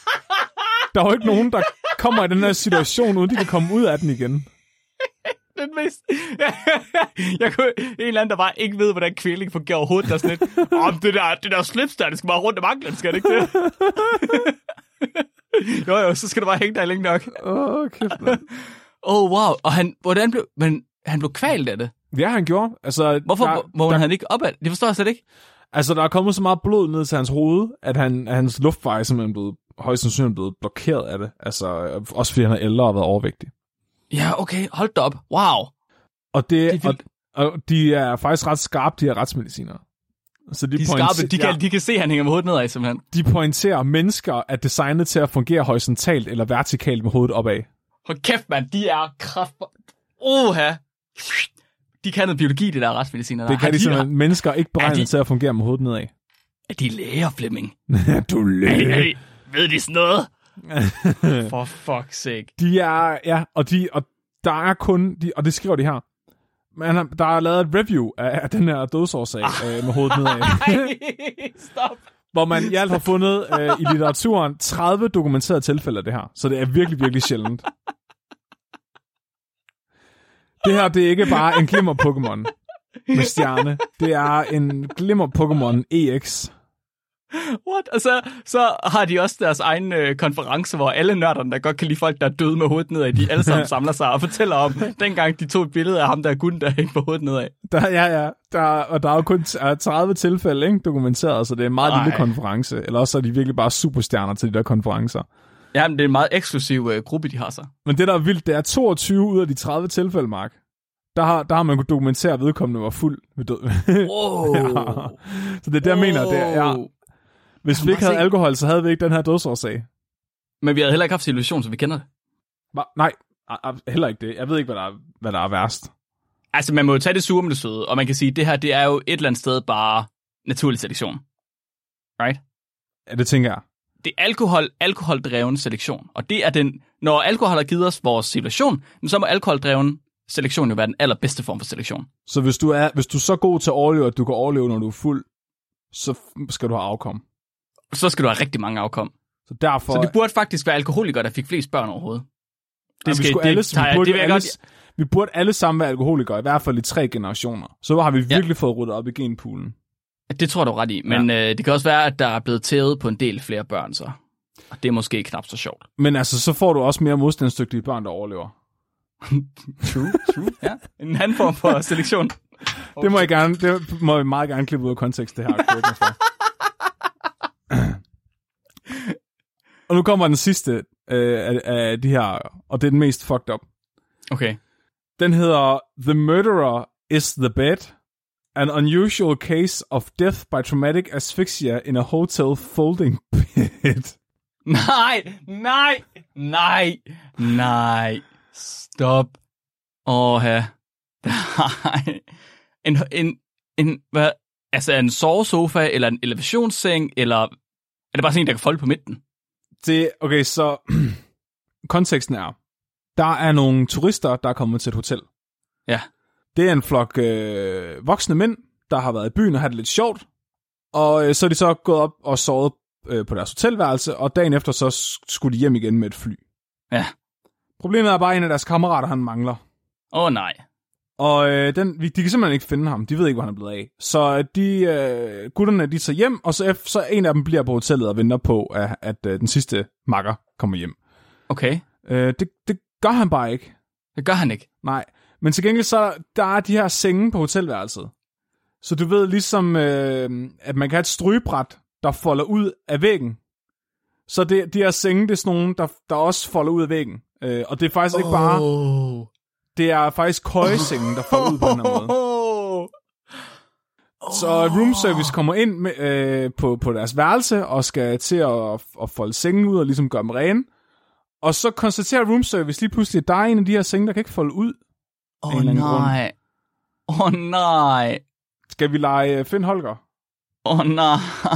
der er jo ikke nogen, der kommer i den her situation, uden de kan komme ud af den igen. Den mest... jeg kunne... En eller anden, der bare ikke ved, hvordan kvæling fungerer overhovedet, der er sådan lidt, om det der, det der slips der, det skal bare rundt om anklen, skal det ikke det? jo, jo, så skal du bare hænge der længe nok. Åh, oh, kæft, man. Oh, wow. Og han, hvordan blev... Men han blev kvalt af det. Ja, han gjorde. Altså, Hvorfor der, vågnede der, han ikke op af det? Det forstår jeg slet ikke. altså, der er kommet så meget blod ned til hans hoved, at, han, at hans luftveje er simpelthen blevet, højst sandsynligt blevet blokeret af det. Altså, også fordi han er ældre og har været overvægtig. Ja, okay. Hold da op. Wow. Og, det, Det er og, vildt. og de er faktisk ret skarpe, de her retsmedicinere. Så de, De er pointer- skarpe. De kan, ja, de kan se, at han hænger med hovedet nedad, simpelthen. de pointerer, at mennesker er designet til at fungere horisontalt eller vertikalt med hovedet opad. Hold kæft, mand. De er kraft... Oha. De kan noget biologi, det der retsmediciner. Det kan de simpelthen. Mennesker er ikke beregnet de- til at fungere med hovedet nedad. Er de læger, Flemming? du Er de, er læge. de, ved de sådan noget? For fuck's sake. De er, ja, og, de, og der er kun, de, og det skriver de her, man, der er lavet et review af, af den her dødsårsag øh, med hovedet nedad. Ej, stop. Hvor man i alt har fundet øh, i litteraturen tredive dokumenterede tilfælde af det her. Så det er virkelig, virkelig sjældent. Det her, det er ikke bare en glimmer-Pokémon med stjerne. Det er en glimmer-Pokémon E X. What? Og så, så har de også deres egen øh, konference, hvor alle nørderne, der godt kan lide folk, der er døde med hovedet nedad, de alle sammen samler sig og fortæller om, dengang de tog et billede af ham, der er gutten, der hængte på hovedet nedad. Der, ja, ja. Der, og der er jo kun tredive tilfælde, ikke, dokumenteret, så det er en meget Ej. lille konference. Eller også er de virkelig bare superstjerner til de der konferencer. Ja, men det er en meget eksklusiv øh, gruppe, de har så. Men det, der er vildt, det er toogtyve ud af de tredive tilfælde, Mark. Der har, der har man kunnet dokumentere, at vedkommende var fuld ved død. Wow. Ja. Så det er det, jeg mener. Det er, ja. Hvis vi ikke havde se. alkohol, så havde vi ikke den her dødsårsag. Men vi havde heller ikke haft situation, så vi kender det. Hva? Nej, heller ikke det. Jeg ved ikke, hvad der er, hvad der er værst. Altså, man må jo tage det sure med det søde, og man kan sige, at det her, det er jo et eller andet sted bare naturlig selektion. Right? Ja, det tænker jeg. Det er alkohol, alkoholdreven selektion. Og det er den, når alkohol har givet os vores situation, så må alkoholdreven selektion jo være den allerbedste form for selektion. Så hvis du er, hvis du er så god til at overleve, at du kan overleve, når du er fuld, så skal du have afkom. Så skal du have rigtig mange afkom. Så derfor... Så det burde faktisk være alkoholikere, der fik flest børn overhovedet. Det ja, skal, vi, det, alle, tager, vi, burde det alle, godt... vi burde alle sammen være alkoholikere, i hvert fald i tre generationer. Så har vi virkelig ja. fået ryddet op i genpoolen. Det tror du ret i, men ja. øh, det kan også være, at der er blevet tævet på en del flere børn, så. Og det er måske knap så sjovt. Men altså, så får du også mere modstandsdygtige børn, der overlever. True, true. Ja, en anden form for selektion. Det må jeg gerne, det må jeg meget gerne klippe ud af kontekst, det her. Og nu kommer den sidste øh, af, af de her, og det er den mest fucked up. Okay. Den hedder The Murderer is the Bed. An unusual case of death by traumatic asphyxia in a hotel folding bed. Nej, nej, nej, nej. Stop. Åh, ja. Nej. En, en, en, hvad? Altså en sovesofa, eller en elevationsseng, eller er det bare sådan en, der kan folde på midten? Det, okay, så konteksten er, der er nogle turister, der er kommet til et hotel. Ja. Det er en flok øh, voksne mænd, der har været i byen og har det lidt sjovt. Og øh, så er de så gået op og sovet øh, på deres hotelværelse, og dagen efter så skulle de hjem igen med et fly. Ja. Problemet er bare, at en af deres kammerater, han mangler. Åh oh, nej. Og øh, den, de kan simpelthen ikke finde ham. De ved ikke, hvor han er blevet af. Så de øh, gutterne, de tager hjem, og så, så en af dem bliver på hotellet og venter på, at, at øh, den sidste makker kommer hjem. Okay. Øh, det, det gør han bare ikke. Det gør han ikke? Nej. Men til gengæld så, der er de her senge på hotelværelset. Så du ved ligesom, øh, at man kan have et strygebræt, der folder ud af væggen. Så det, de her senge, det er sådan nogle, der, der også folder ud af væggen. Øh, og det er faktisk oh. ikke bare... Det er faktisk køjesengen, der folder ud på den her måde. Så room service kommer ind med, øh, på, på deres værelse, og skal til at, at folde sengen ud og ligesom gøre dem rene. Og så konstaterer room service lige pludselig, at der er en af de her senge, der kan ikke folde ud. Åh oh, nej. Åh oh, nej. Skal vi lege uh, Finn Holger? Åh oh, nej.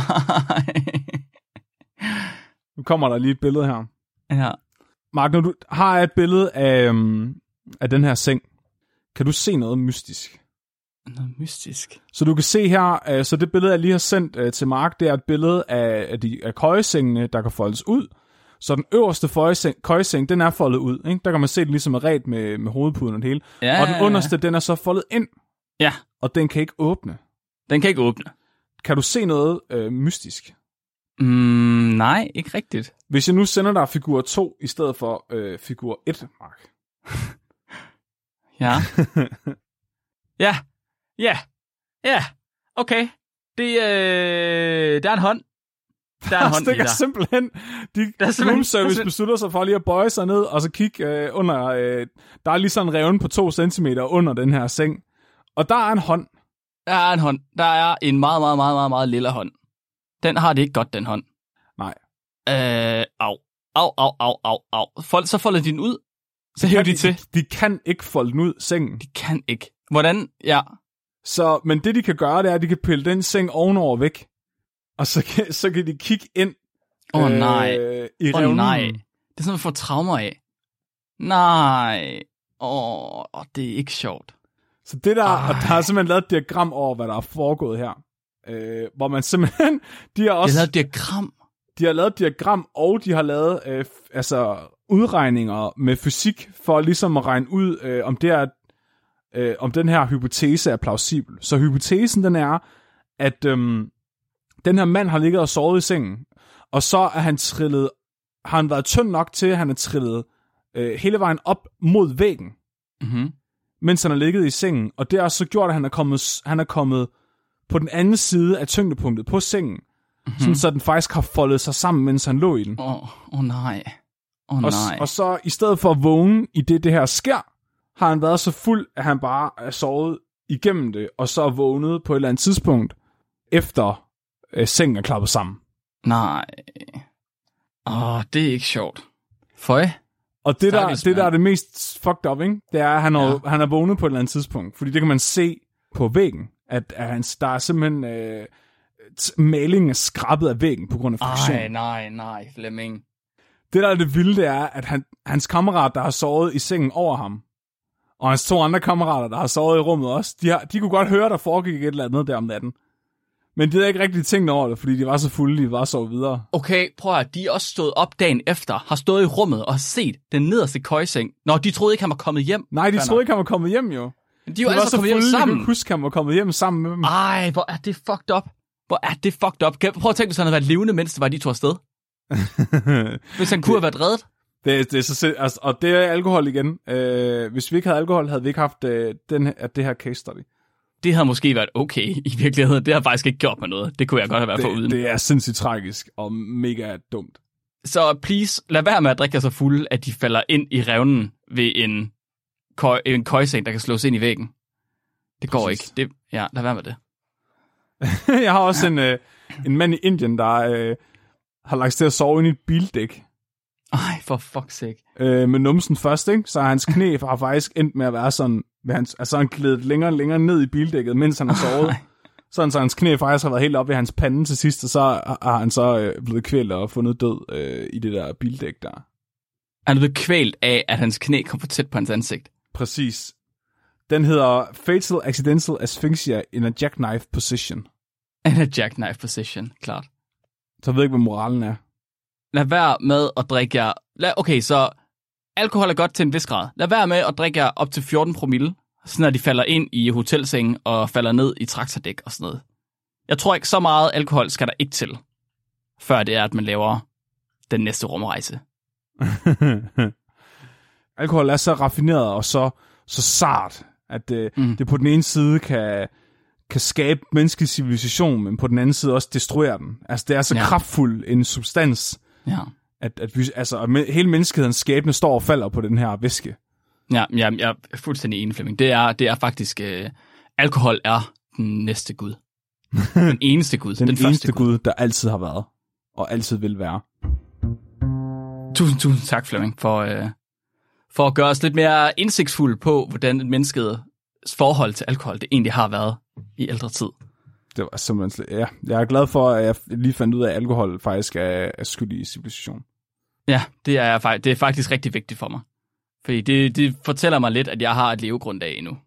Nu kommer der lige et billede her. Ja. Mark, når du har et billede af, um, af den her seng, kan du se noget mystisk? Noget mystisk? Så du kan se her, uh, så det billede, jeg lige har sendt uh, til Mark, det er et billede af, af, de, af køjesengene, der kan foldes ud. Så den øverste køjeseng, køjeseng, den er foldet ud. Ikke? Der kan man se det ligesom er ret med, med hovedpuden og det hele. Ja, og den underste, den er så foldet ind. Ja. Og den kan ikke åbne. Den kan ikke åbne. Kan du se noget øh, mystisk? Mm, nej, ikke rigtigt. Hvis jeg nu sender dig figur to i stedet for øh, figur et, Mark. Ja. ja. Ja. Ja. Okay. Det, øh, der er en hånd. Der er en hånd stikker simpelthen, de room service beslutter sig for lige at bøje sig ned, og så kigge øh, under, øh, der er lige sådan en revne på to centimeter under den her seng, og der er en hånd. Der er en hånd. Der er en meget, meget, meget, meget, meget lille hånd. Den har det ikke godt, den hånd. Nej. Øh, au. Au, au, au, au, au. Fold, så folder de den ud. Så hæver de, de til. De kan ikke folde den ud, sengen. De kan ikke. Hvordan? Ja. Så, men det de kan gøre, det er, at de kan pille den seng ovenover væk. Og så kan, så kan de kigge ind Åh oh, nej. Øh, i Åh oh, nej. Det er sådan, man får traumer af. Nej. Åh, oh, det er ikke sjovt. Så det der, og der er simpelthen lavet et diagram over, hvad der er foregået her. Øh, hvor man simpelthen, de har også... De har lavet et diagram? De har lavet et diagram, og de har lavet øh, altså, udregninger med fysik, for ligesom at regne ud, øh, om, det er, øh, om den her hypotese er plausibel. Så hypotesen, den er, at... Øh, Den her mand har ligget og sovet i sengen, og så er han trillet, har han været tynd nok til, at han er trillet øh, hele vejen op mod væggen, Mm-hmm. mens han har ligget i sengen, og det har så gjort, at han er kommet, han er kommet på den anden side af tyngdepunktet på sengen, mm-hmm. sådan så den faktisk har foldet sig sammen, mens han lå i den. Åh, oh, oh nej. Åh oh, og, nej. og så i stedet for at vågne i det, det her sker, har han været så fuld, at han bare er sovet igennem det, og så er vågnet på et eller andet tidspunkt, efter øh, sengen er klappet sammen. Nej. Åh, oh, det er ikke sjovt. Føj. Og det der, Stakkels det, der er mand. det mest fucked up, ikke? Det er, at han, ja. er, han er vågnet på et eller andet tidspunkt. Fordi det kan man se på væggen, at, at han, der er simpelthen øh, malingen er skrabet af væggen på grund af friktion. Ej, nej, nej, Flemming. Det der er det vilde, det er, at han, hans kammerat, der har sovet i sengen over ham, og hans to andre kammerater, der har sovet i rummet også, de, har, de kunne godt høre, der foregik et eller andet der om natten. Men de havde ikke rigtig tænkt over det, fordi de var så fulde, de var så videre. Okay, prøv at de er også stået op dagen efter, har stået i rummet og set den nederste køjeseng. Nå, de troede ikke, han var kommet hjem. Nej, de Fandt troede ikke, han var kommet hjem, jo. De, De var, var altså så kommet hjem fulde, de sammen. kunne ikke huske, han var kommet hjem sammen med dem. Ej, hvor er det fucked up. Hvor er det fucked up. Kan, prøv at tænke, hvis han havde været levende, mens det var, de to afsted. Hvis han kunne have været reddet. Det, det er så, altså, og det er alkohol igen. Øh, hvis vi ikke havde alkohol, havde vi ikke haft øh, den, det her case study. Det havde måske været okay i virkeligheden. Det har faktisk ikke gjort mig noget. Det kunne jeg godt have været for uden. Det er sindssygt tragisk og mega dumt. Så please, lad være med at drikke sig fuld, at de falder ind i revnen ved en, køj, en køjeseng, der kan slås ind i væggen. Det går Præcis. ikke. Det, ja, lad være med det. Jeg har også en, øh, en mand i Indien, der øh, har lagt til at sove inde i et bildæk. Ej, for fuck's sake. Øh, med numsen først, ikke? Så hans knæ har faktisk endt med at være sådan, med hans, altså han glædet længere og længere ned i bildækket, mens han har sovet. Ej. Sådan så hans knæ faktisk har været helt oppe i hans pande til sidst, og så har han så øh, blevet kvælt og fundet død øh, i det der bildæk der. Han er blevet kvælt af, at hans knæ kom for tæt på hans ansigt. Præcis. Den hedder Fatal Accidental Asphyxia in a Jackknife Position. En a jackknife position, klart. Så jeg ved ikke, hvad moralen er. Lad være med at drikke jer... Lad, okay, så alkohol er godt til en vis grad. Lad være med at drikke jer op til fjorten promille, sådan at de falder ind i hotelsengen og falder ned i traktordæk og sådan noget. Jeg tror ikke, så meget alkohol skal der ikke til, før det er, at man laver den næste rumrejse. Alkohol er så raffineret og så, så sart, at øh, Mm. det på den ene side kan, kan skabe menneskelig civilisation, men på den anden side også destruere den. Altså, det er så Ja. kraftfuld en substans, Ja. at, at vi, altså, at me- hele menneskehedens skæbne står og falder på den her væske. Ja, ja, jeg er fuldstændig enig, Flemming. Det er, det er faktisk... Øh, alkohol er den næste gud. Den eneste gud. Den, den, den eneste første gud. gud, der altid har været, og altid vil være. Tusind, tusind tak, Flemming, for, øh, for at gøre os lidt mere indsigtsfulde på, hvordan et menneskets forhold til alkohol det egentlig har været i ældre tid. Det var simpelthen slet, ja. Jeg er glad for, at jeg lige fandt ud af, at alkohol faktisk er, er skyldig i civilisation. Ja, det er, fak- det er faktisk rigtig vigtigt for mig. Fordi det, det fortæller mig lidt, at jeg har et levegrundlag endnu.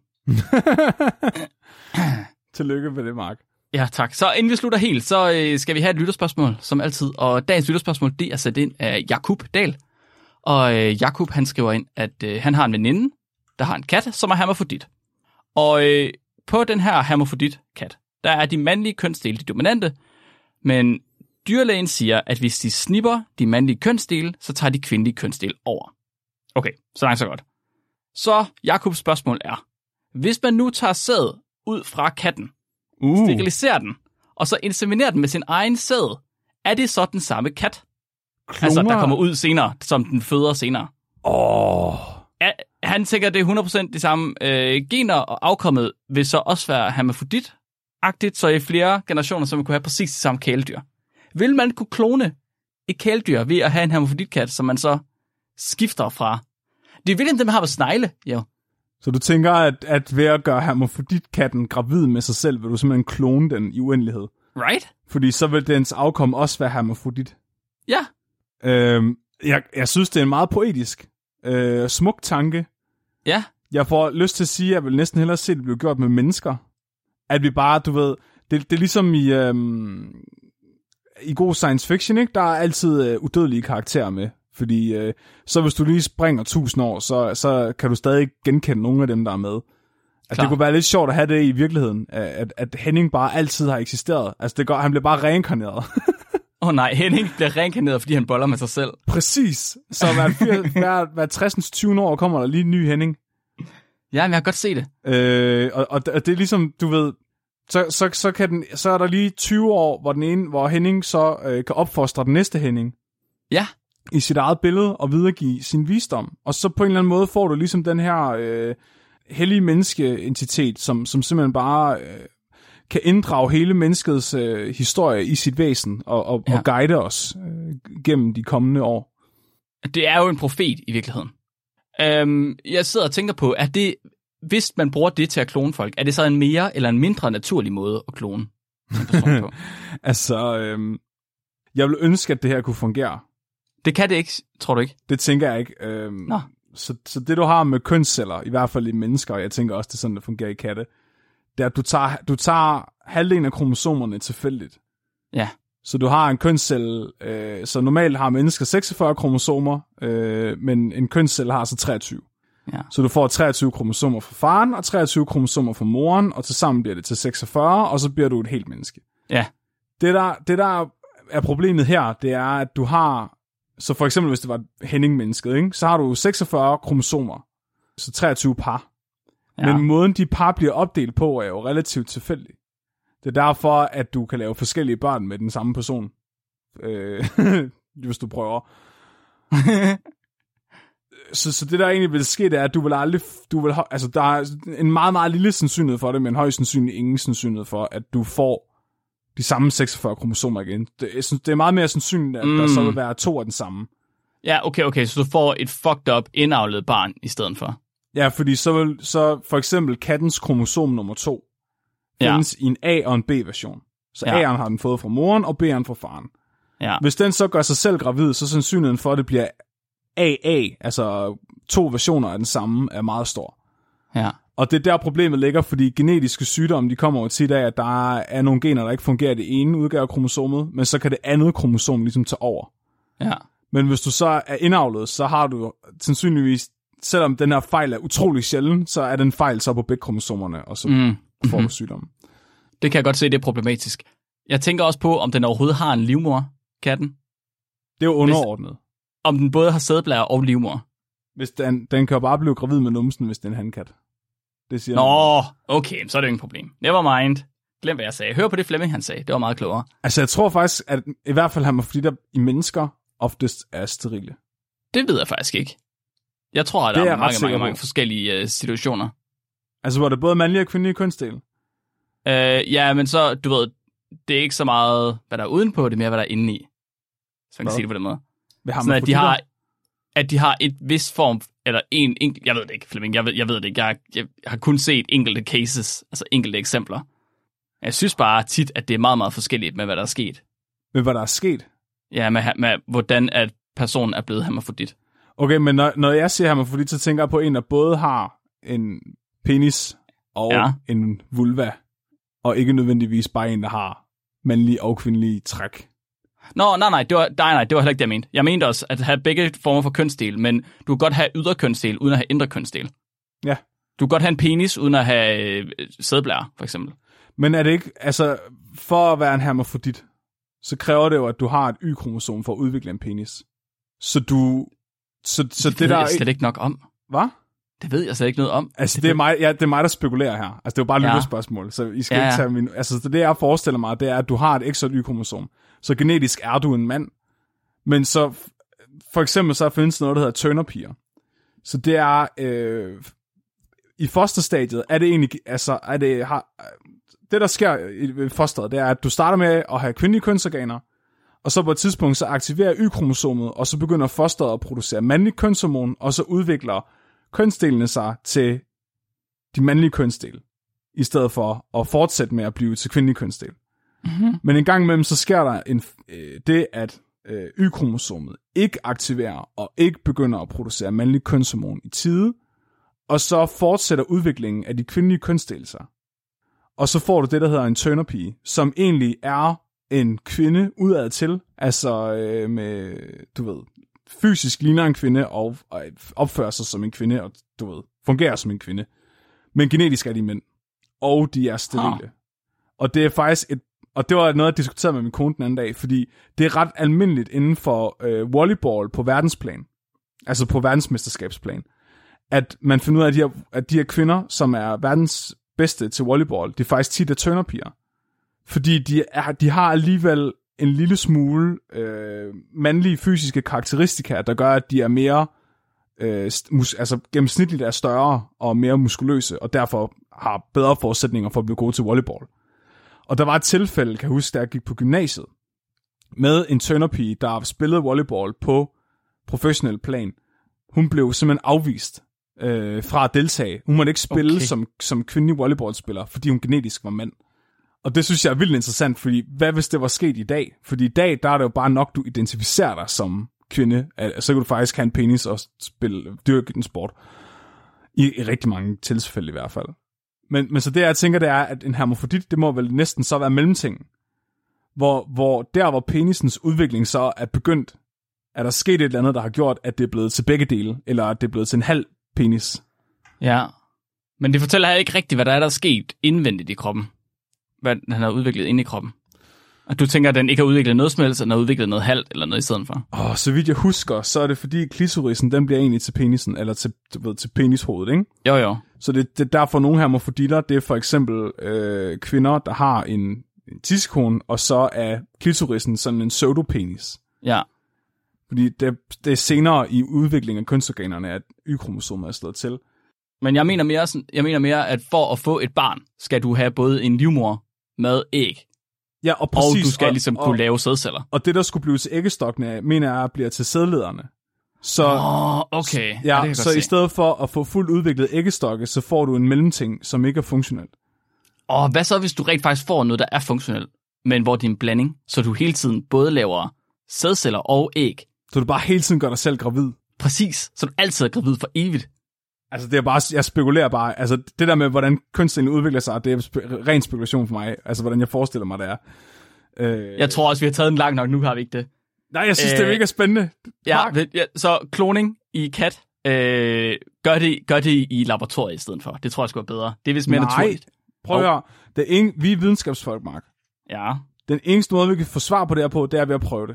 Tillykke med det, Mark. Ja, tak. Så inden vi slutter helt, så øh, skal vi have et lytterspørgsmål, som altid. Og dagens lytterspørgsmål, det er sat ind af Jakub Dahl. Og øh, Jakub, han skriver ind, at øh, han har en veninde, der har en kat, som er hermafrodit. Og øh, på den her hermafrodit-kat, der er de mandlige kønsdele de dominante, men dyrlægen siger, at hvis de snipper de mandlige kønsdele, så tager de kvindelige kønsdele over. Okay, så langt så godt. Så Jakubs spørgsmål er, hvis man nu tager sæd ud fra katten, Uh. steriliserer den, og så inseminerer den med sin egen sæd, er det så den samme kat? Kloner. Altså, der kommer ud senere, som den føder senere. Åh. Ja, han tænker, at det er hundrede procent de samme øh, gener, og afkommet vil så også være hermafrodit-agtigt, så i flere generationer, så man kunne have præcis de samme kæledyr. Vil man kunne klone et kæledyr ved at have en hermafroditkat, som man så skifter fra? Det er virkelig dem, der har været snegle, jo. Så du tænker, at, at ved at gøre hermafroditkatten gravid med sig selv, vil du simpelthen klone den i uendelighed? Right? Fordi så vil dens afkom også være hermafrodit. Ja. Øhm, jeg, jeg synes, det er en meget poetisk, øh, smuk tanke. Ja. Jeg får lyst til at sige, at jeg vil næsten hellere se, at det bliver gjort med mennesker. At vi bare, du ved, det, det er ligesom i, øhm, i god science fiction, ikke? Der er altid øh, udødelige karakterer med. Fordi øh, så hvis du lige springer tusind år, så, så kan du stadig genkende nogle af dem, der er med. Altså, det kunne være lidt sjovt at have det i virkeligheden, at, at Henning bare altid har eksisteret. Altså, det går, han bliver bare reinkarneret. Åh oh, nej, Henning bliver reinkarneret, fordi han boller med sig selv. Præcis. Så hver, hver, hver tres til tyve år kommer der lige en ny Henning. Ja, men jeg kan godt se det. Øh, og, og det er ligesom, du ved, så, så, så, kan den, så er der lige tyve år, hvor, den ene, hvor Henning så øh, kan opfostre den næste Henning. Ja. I sit eget billede og videregive sin visdom. Og så på en eller anden måde får du ligesom den her øh, hellige menneskeentitet, som, som simpelthen bare øh, kan inddrage hele menneskets øh, historie i sit væsen og, og, ja. og guide os øh, gennem de kommende år. Det er jo en profet i virkeligheden. Øhm, jeg sidder og tænker på, at det, hvis man bruger det til at klone folk, er det så en mere eller en mindre naturlig måde at klone en person på? Altså, øh, jeg vil ønske, at det her kunne fungere. Det kan det ikke, tror du ikke? Det tænker jeg ikke. Øhm, Nå. Så, så det, du har med kønsceller, i hvert fald i mennesker, og jeg tænker også, det er sådan, det fungerer i katte, det er, at du tager, du tager halvdelen af kromosomerne tilfældigt. Ja. Så du har en kønscelle, øh, så normalt har mennesker seksogfyrre kromosomer, øh, men en kønscelle har så treogtyve. Ja. Så du får treogtyve kromosomer fra faren, og treogtyve kromosomer fra moren, og tilsammen bliver det til seksogfyrre, og så bliver du et helt menneske. Ja. Det der, det der er problemet her, det er, at du har... Så for eksempel, hvis det var Henning-mennesket, ikke? Så har du seksogfyrre kromosomer, så treogtyve par. Ja. Men måden, de par bliver opdelt på, er jo relativt tilfældig. Det er derfor, at du kan lave forskellige børn med den samme person. Øh, hvis du prøver. så, så det, der egentlig vil ske, det er, at du vil aldrig... Du vil, altså, der er en meget, meget lille sandsynlighed for det, men højst sandsynligt ingen sandsynlighed for, at du får de samme seksogfyrre kromosomer igen. Det, jeg synes, det er meget mere sandsynligt, at mm. der så vil være to af den samme. Ja, okay, okay, så du får et fucked up, indavlet barn i stedet for. Ja, fordi så vil så for eksempel kattens kromosom nummer to findes ja. i en A- og en B-version. Så ja. A'eren har den fået fra moren, og B'eren fra faren. Ja. Hvis den så gør sig selv gravid, så sandsynligheden for, at det bliver A A, altså to versioner af den samme, er meget stor. Ja. Og det er der problemet ligger, fordi genetiske sygdomme, de kommer jo tit af, at der er nogle gener, der ikke fungerer i det ene udgave af kromosomet, men så kan det andet kromosom ligesom tage over. Ja. Men hvis du så er indavlet, så har du sandsynligvis, selvom den her fejl er utrolig sjælden, så er den fejl så på begge kromosomerne, og så mm. får du sygdommen. Det kan jeg godt se, det er problematisk. Jeg tænker også på, om den overhovedet har en livmor, katten. Det er jo underordnet. Hvis, om den både har sædblære og livmor. Hvis den, den kan jo bare blive gravid med numsen, hvis det er en hankat. Det siger Nå, man. okay, så er det jo ingen problem. Never mind. Glem, hvad jeg sagde. Hør på det Flemming, han sagde. Det var meget klogere. Altså, jeg tror faktisk, at i hvert fald hermafroditter i mennesker oftest er sterile. Det ved jeg faktisk ikke. Jeg tror, at der er, er mange, mange, mange forskellige uh, situationer. Altså, hvor det både mandlige og kvindelige kønsdele? Uh, ja, men så, du ved, det er ikke så meget, hvad der er udenpå, det er mere, hvad der er inde i. Så man kan sige det på den måde. Sådan, at de har, at de har et vis form, eller en enkelt, jeg ved det ikke, Flemming, jeg ved, jeg ved det ikke, jeg, jeg har kun set enkelte cases, altså enkelte eksempler. Jeg synes bare tit, at det er meget, meget forskelligt med, hvad der er sket. Med hvad der er sket? Ja, med, med hvordan at personen er blevet hermafrodit. Okay, men når, når jeg siger hermafrodit, så tænker jeg på en, der både har en penis og ja. en vulva, og ikke nødvendigvis bare en, der har mandlige og kvindelige træk. Nå, nej, nej, det var, nej, nej, det var heller ikke det, jeg mente. Jeg mente også at have begge former for kønsdel, men du kan godt have ydre kønsdel, uden at have indre kønsdel. Ja. Du kan godt have en penis, uden at have øh, sædblære, for eksempel. Men er det ikke, altså, for at være en hermafrodit, så kræver det jo, at du har et Y-kromosom for at udvikle en penis. Så du... Så, så det, det ved der jeg slet ikke nok om. Hvad? Det ved jeg slet ikke noget om. Altså, det, det, er, mig, ja, det er mig, der spekulerer her. Altså, det er jo bare et ja. spørgsmål, så I skal ja, ja. ikke tage min... Altså, det jeg forestiller mig, det er, at du har et ekstra Y-kromosom. Så genetisk er du en mand. Men så... For eksempel så findes noget, der hedder Turner-piger. Så det er... Øh, I fosterstadiet er det egentlig... Altså, er det... Har, det, der sker i fosteret, det er, at du starter med at have kvindelige kønsorganer, og så på et tidspunkt så aktiverer Y-kromosomet, og så begynder fosteret at producere mandlig kønshormon, og så udvikler kønsdelene sig til de mandlige kønsdele, i stedet for at fortsætte med at blive til kvindelige kønsdele. Mm-hmm. Men en gang imellem, så sker der en, øh, det, at øh, Y-kromosomet ikke aktiverer, og ikke begynder at producere mandlig kønshormon i tide, og så fortsætter udviklingen af de kvindelige kønsdele sig. Og så får du det, der hedder en Turner-pige, som egentlig er en kvinde udad til, altså øh, med, du ved, fysisk ligner en kvinde, og, og opfører sig som en kvinde, og du ved, fungerer som en kvinde. Men genetisk er de mænd. Og de er sterile. Ah. Og det er faktisk et, og det var noget, jeg diskuterede med min kone den anden dag, fordi det er ret almindeligt inden for øh, volleyball på verdensplan, altså på verdensmesterskabsplan, at man finder ud af, at de her, at de her kvinder, som er verdens bedste til volleyball, det er faktisk tit af turnerpiger. Fordi de, er, de har alligevel en lille smule øh, mandlige fysiske karakteristika, der gør, at de er mere, øh, mus, altså gennemsnitligt er større og mere muskuløse, og derfor har bedre forudsætninger for at blive gode til volleyball. Og der var et tilfælde, kan jeg huske, da jeg gik på gymnasiet, med en turnerpige, der spillede volleyball på professionel plan. Hun blev simpelthen afvist øh, fra at deltage. Hun måtte ikke spille okay. som, som kvindelig volleyballspiller, fordi hun genetisk var mand. Og det synes jeg er vildt interessant, fordi hvad hvis det var sket i dag? Fordi i dag, der er det jo bare nok, du identificerer dig som kvinde. Så kan du faktisk have en penis og spille, dyrke en sport. I, i rigtig mange tilfælde i hvert fald. Men, men så det, jeg tænker, det er, at en hermafrodit, det må vel næsten så være mellemting. Hvor, hvor der, hvor penisens udvikling så er begyndt, er der sket et eller andet, der har gjort, at det er blevet til begge dele, eller at det er blevet til en halv penis. Ja, men det fortæller her ikke rigtigt, hvad der er, der er sket indvendigt i kroppen. Hvad han har udviklet inde i kroppen. Og du tænker, at den ikke har udviklet noget som helst, og den har udviklet noget halvt eller noget i stedet for? Åh, så vidt jeg husker, så er det fordi klitorisen, den bliver egentlig til penisen, eller til, ved, til penishovedet, ikke? Jo, jo. Så det, det er derfor nogle hermafroditter, det er for eksempel øh, kvinder, der har en, en tissekone, og så er klitorisen sådan en pseudopenis. Ja. Fordi det, det er senere i udviklingen af kønsorganerne, at Y-kromosomet er slået til. Men jeg mener, mere sådan, jeg mener mere, at for at få et barn, skal du have både en livmor med æg, ja, og, præcis, og du skal og, ligesom og, kunne lave sædceller. Og det, der skulle blive til æggestokkene, mener jeg, bliver til sædlederne. Så, oh, okay. Ja, ja så i stedet for at få fuldt udviklet æggestokke, så får du en mellemting, som ikke er funktionelt. Og hvad så, hvis du rent faktisk får noget, der er funktionelt, men hvor det er en blanding, så du hele tiden både laver sædceller og æg? Så du bare hele tiden gør dig selv gravid? Præcis, så du altid er gravid for evigt. Altså, det er bare, jeg spekulerer bare, altså det der med, hvordan kønsdelen udvikler sig, det er spe- ren spekulation for mig, altså hvordan jeg forestiller mig, det er. Øh... Jeg tror også, vi har taget den langt nok, nu har vi ikke det. Nej, jeg synes, øh... det er mega spændende. Ja, ja, så kloning i kat, øh, gør, det, gør det i laboratoriet i stedet for. Det tror jeg sgu er bedre. Det er vist mere Nej. naturligt. Prøv at høre, det er en, vi er videnskabsfolk, Mark. Ja. Den eneste måde, vi kan få svar på det her på, det er ved at prøve det.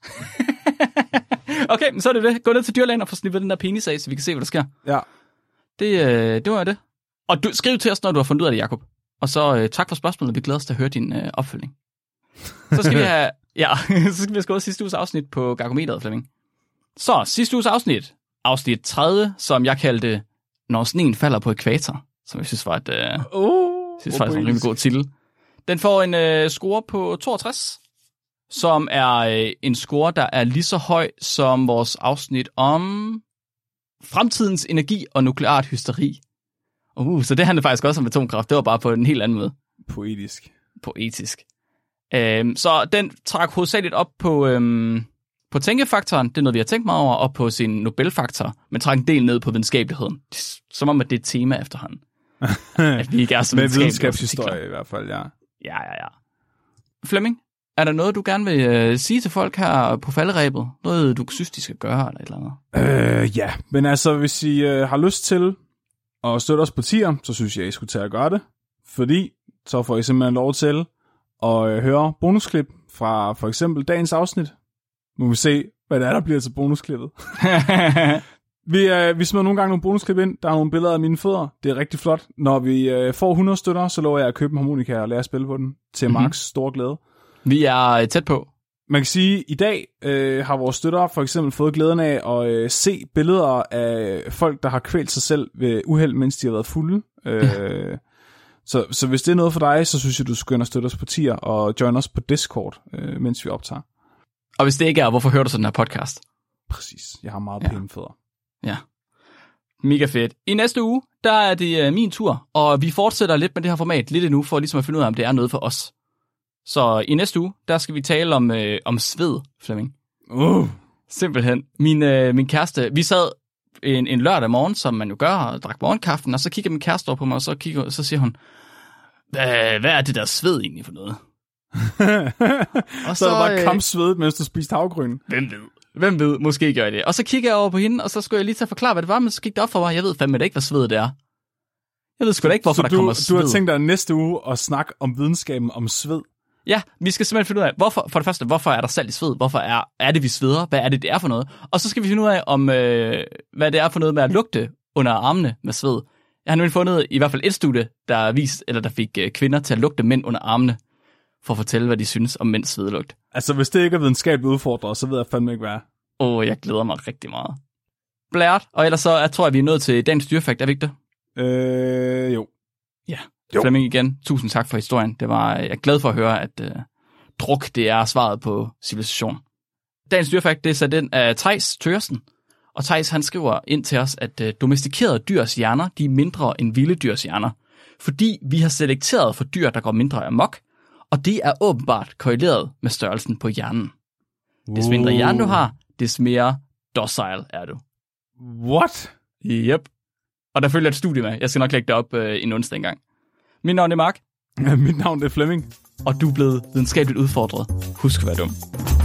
Okay, men så er det det. Gå ned til dyrlægen og få snippet den der penis af, så vi kan se, hvad der sker. Ja. Det, øh, det var det. Og du, skriv til os, når du har fundet ud af det, Jacob. Og så øh, tak for spørgsmålet. Vi glæder os til at høre din øh, opfølgning. Så skal vi have, ja, så skal vi have skåret sidste uges afsnit på Gargometeret, Flemming. Så, sidste uges afsnit. Afsnit tredive, som jeg kaldte Når sneen falder på ækvator. Som jeg synes var et, øh, oh, synes faktisk var en rimelig god titel. Den får en øh, score på toogtres, som er øh, en score, der er lige så høj som vores afsnit om fremtidens energi og nukleart hysteri. Uh, så det handler faktisk også om atomkraft. Det var bare på en helt anden måde. Poetisk. Poetisk. Øhm, så den trak hovedsageligt op på, øhm, på tænkefaktoren, det er noget, vi har tænkt meget over, og på sin Nobelfaktor, men trak en del ned på videnskabeligheden. Som om, at det er et tema efterhånden. At vi ikke er så med videnskabshistorie i hvert fald, ja. Ja, ja, ja. Flemming, er der noget, du gerne vil øh, sige til folk her på falderæbet? Noget, du synes, de skal gøre, eller et eller andet? Øh, ja, men altså, hvis I øh, har lyst til at støtte os på tier, så synes jeg, I skulle tage at gøre det. Fordi så får I simpelthen lov til at øh, høre bonusklip fra for eksempel dagens afsnit. Nu må vi se, hvad det er, der bliver til bonusklippet. vi, øh, vi smider nogle gange nogle bonusklip ind. Der er nogle billeder af mine fødder. Det er rigtig flot. Når vi øh, får hundrede støtter, så lover jeg at købe en harmonika og lære at spille på den. Til mm-hmm. Marks store glæde. Vi er tæt på. Man kan sige, at i dag øh, har vores støtter for eksempel fået glæden af at øh, se billeder af folk, der har kvælt sig selv ved uheld, mens de har været fulde. Øh, ja. så, så hvis det er noget for dig, så synes jeg, du skal ind og støtte os på tier og join os på Discord, øh, mens vi optager. Og hvis det ikke er, hvorfor hører du så den her podcast? Præcis. Jeg har meget ja. pæne fødder. Ja. Mega fedt. I næste uge, der er det uh, min tur, og vi fortsætter lidt med det her format lidt endnu, for ligesom at finde ud af, om det er noget for os. Så i næste uge, der skal vi tale om, øh, om sved, Flemming. Uh. Simpelthen. Min, øh, min kæreste, vi sad en, en lørdag morgen, som man jo gør, og drak morgenkaffen, og så kigger min kæreste over på mig, og så, kigger, så siger hun, hvad, hvad er det der sved egentlig for noget? og så, så er der bare kampsvedet, mens du spiste havgryn. Hvem ved? Hvem ved? Måske gør jeg det. Og så kigger jeg over på hende, og så skulle jeg lige til at forklare, hvad det var, men så gik det op for mig, jeg ved fandme ikke, hvad sved det er. Jeg ved sgu da ikke, hvorfor så der du, kommer sved. du har tænkt dig næste uge at snakke om videnskaben om sved? Ja, vi skal simpelthen finde ud af, hvorfor, for det første, hvorfor er der salt i sved? Hvorfor er, er det, vi sveder? Hvad er det, det er for noget? Og så skal vi finde ud af, om øh, hvad det er for noget med at lugte under armene med sved. Jeg har nu fundet i hvert fald et studie, der vist, eller der fik øh, kvinder til at lugte mænd under armene, for at fortælle, hvad de synes om mænds svedlugt. Altså, hvis det ikke er videnskabeligt udfordret, så ved jeg fandme ikke, hvad er. Åh, oh, jeg glæder mig rigtig meget. Blært, og ellers så jeg tror jeg, vi er nået til dagens dyrefakt, er vi ikke det? Øh, jo. Ja. Jo. Flemming igen, tusind tak for historien. Det var, jeg er glad for at høre, at øh, druk, det er svaret på civilisation. Dagens dyrefakt, det er sat ind af Theis Thøgersen. Og Theis, han skriver ind til os, at øh, domestikerede dyrs hjerner, de er mindre end vilde dyrs hjerner. Fordi vi har selekteret for dyr, der går mindre amok, og det er åbenbart korreleret med størrelsen på hjernen. Des mindre hjerne du har, des mere docile er du. What? Yep. Og der følger et studie med. Jeg skal nok lægge det op øh, en onsdag engang. Mit navn er Mark. Mit navn er Flemming. Og du er blevet videnskabeligt udfordret. Husk at være dum.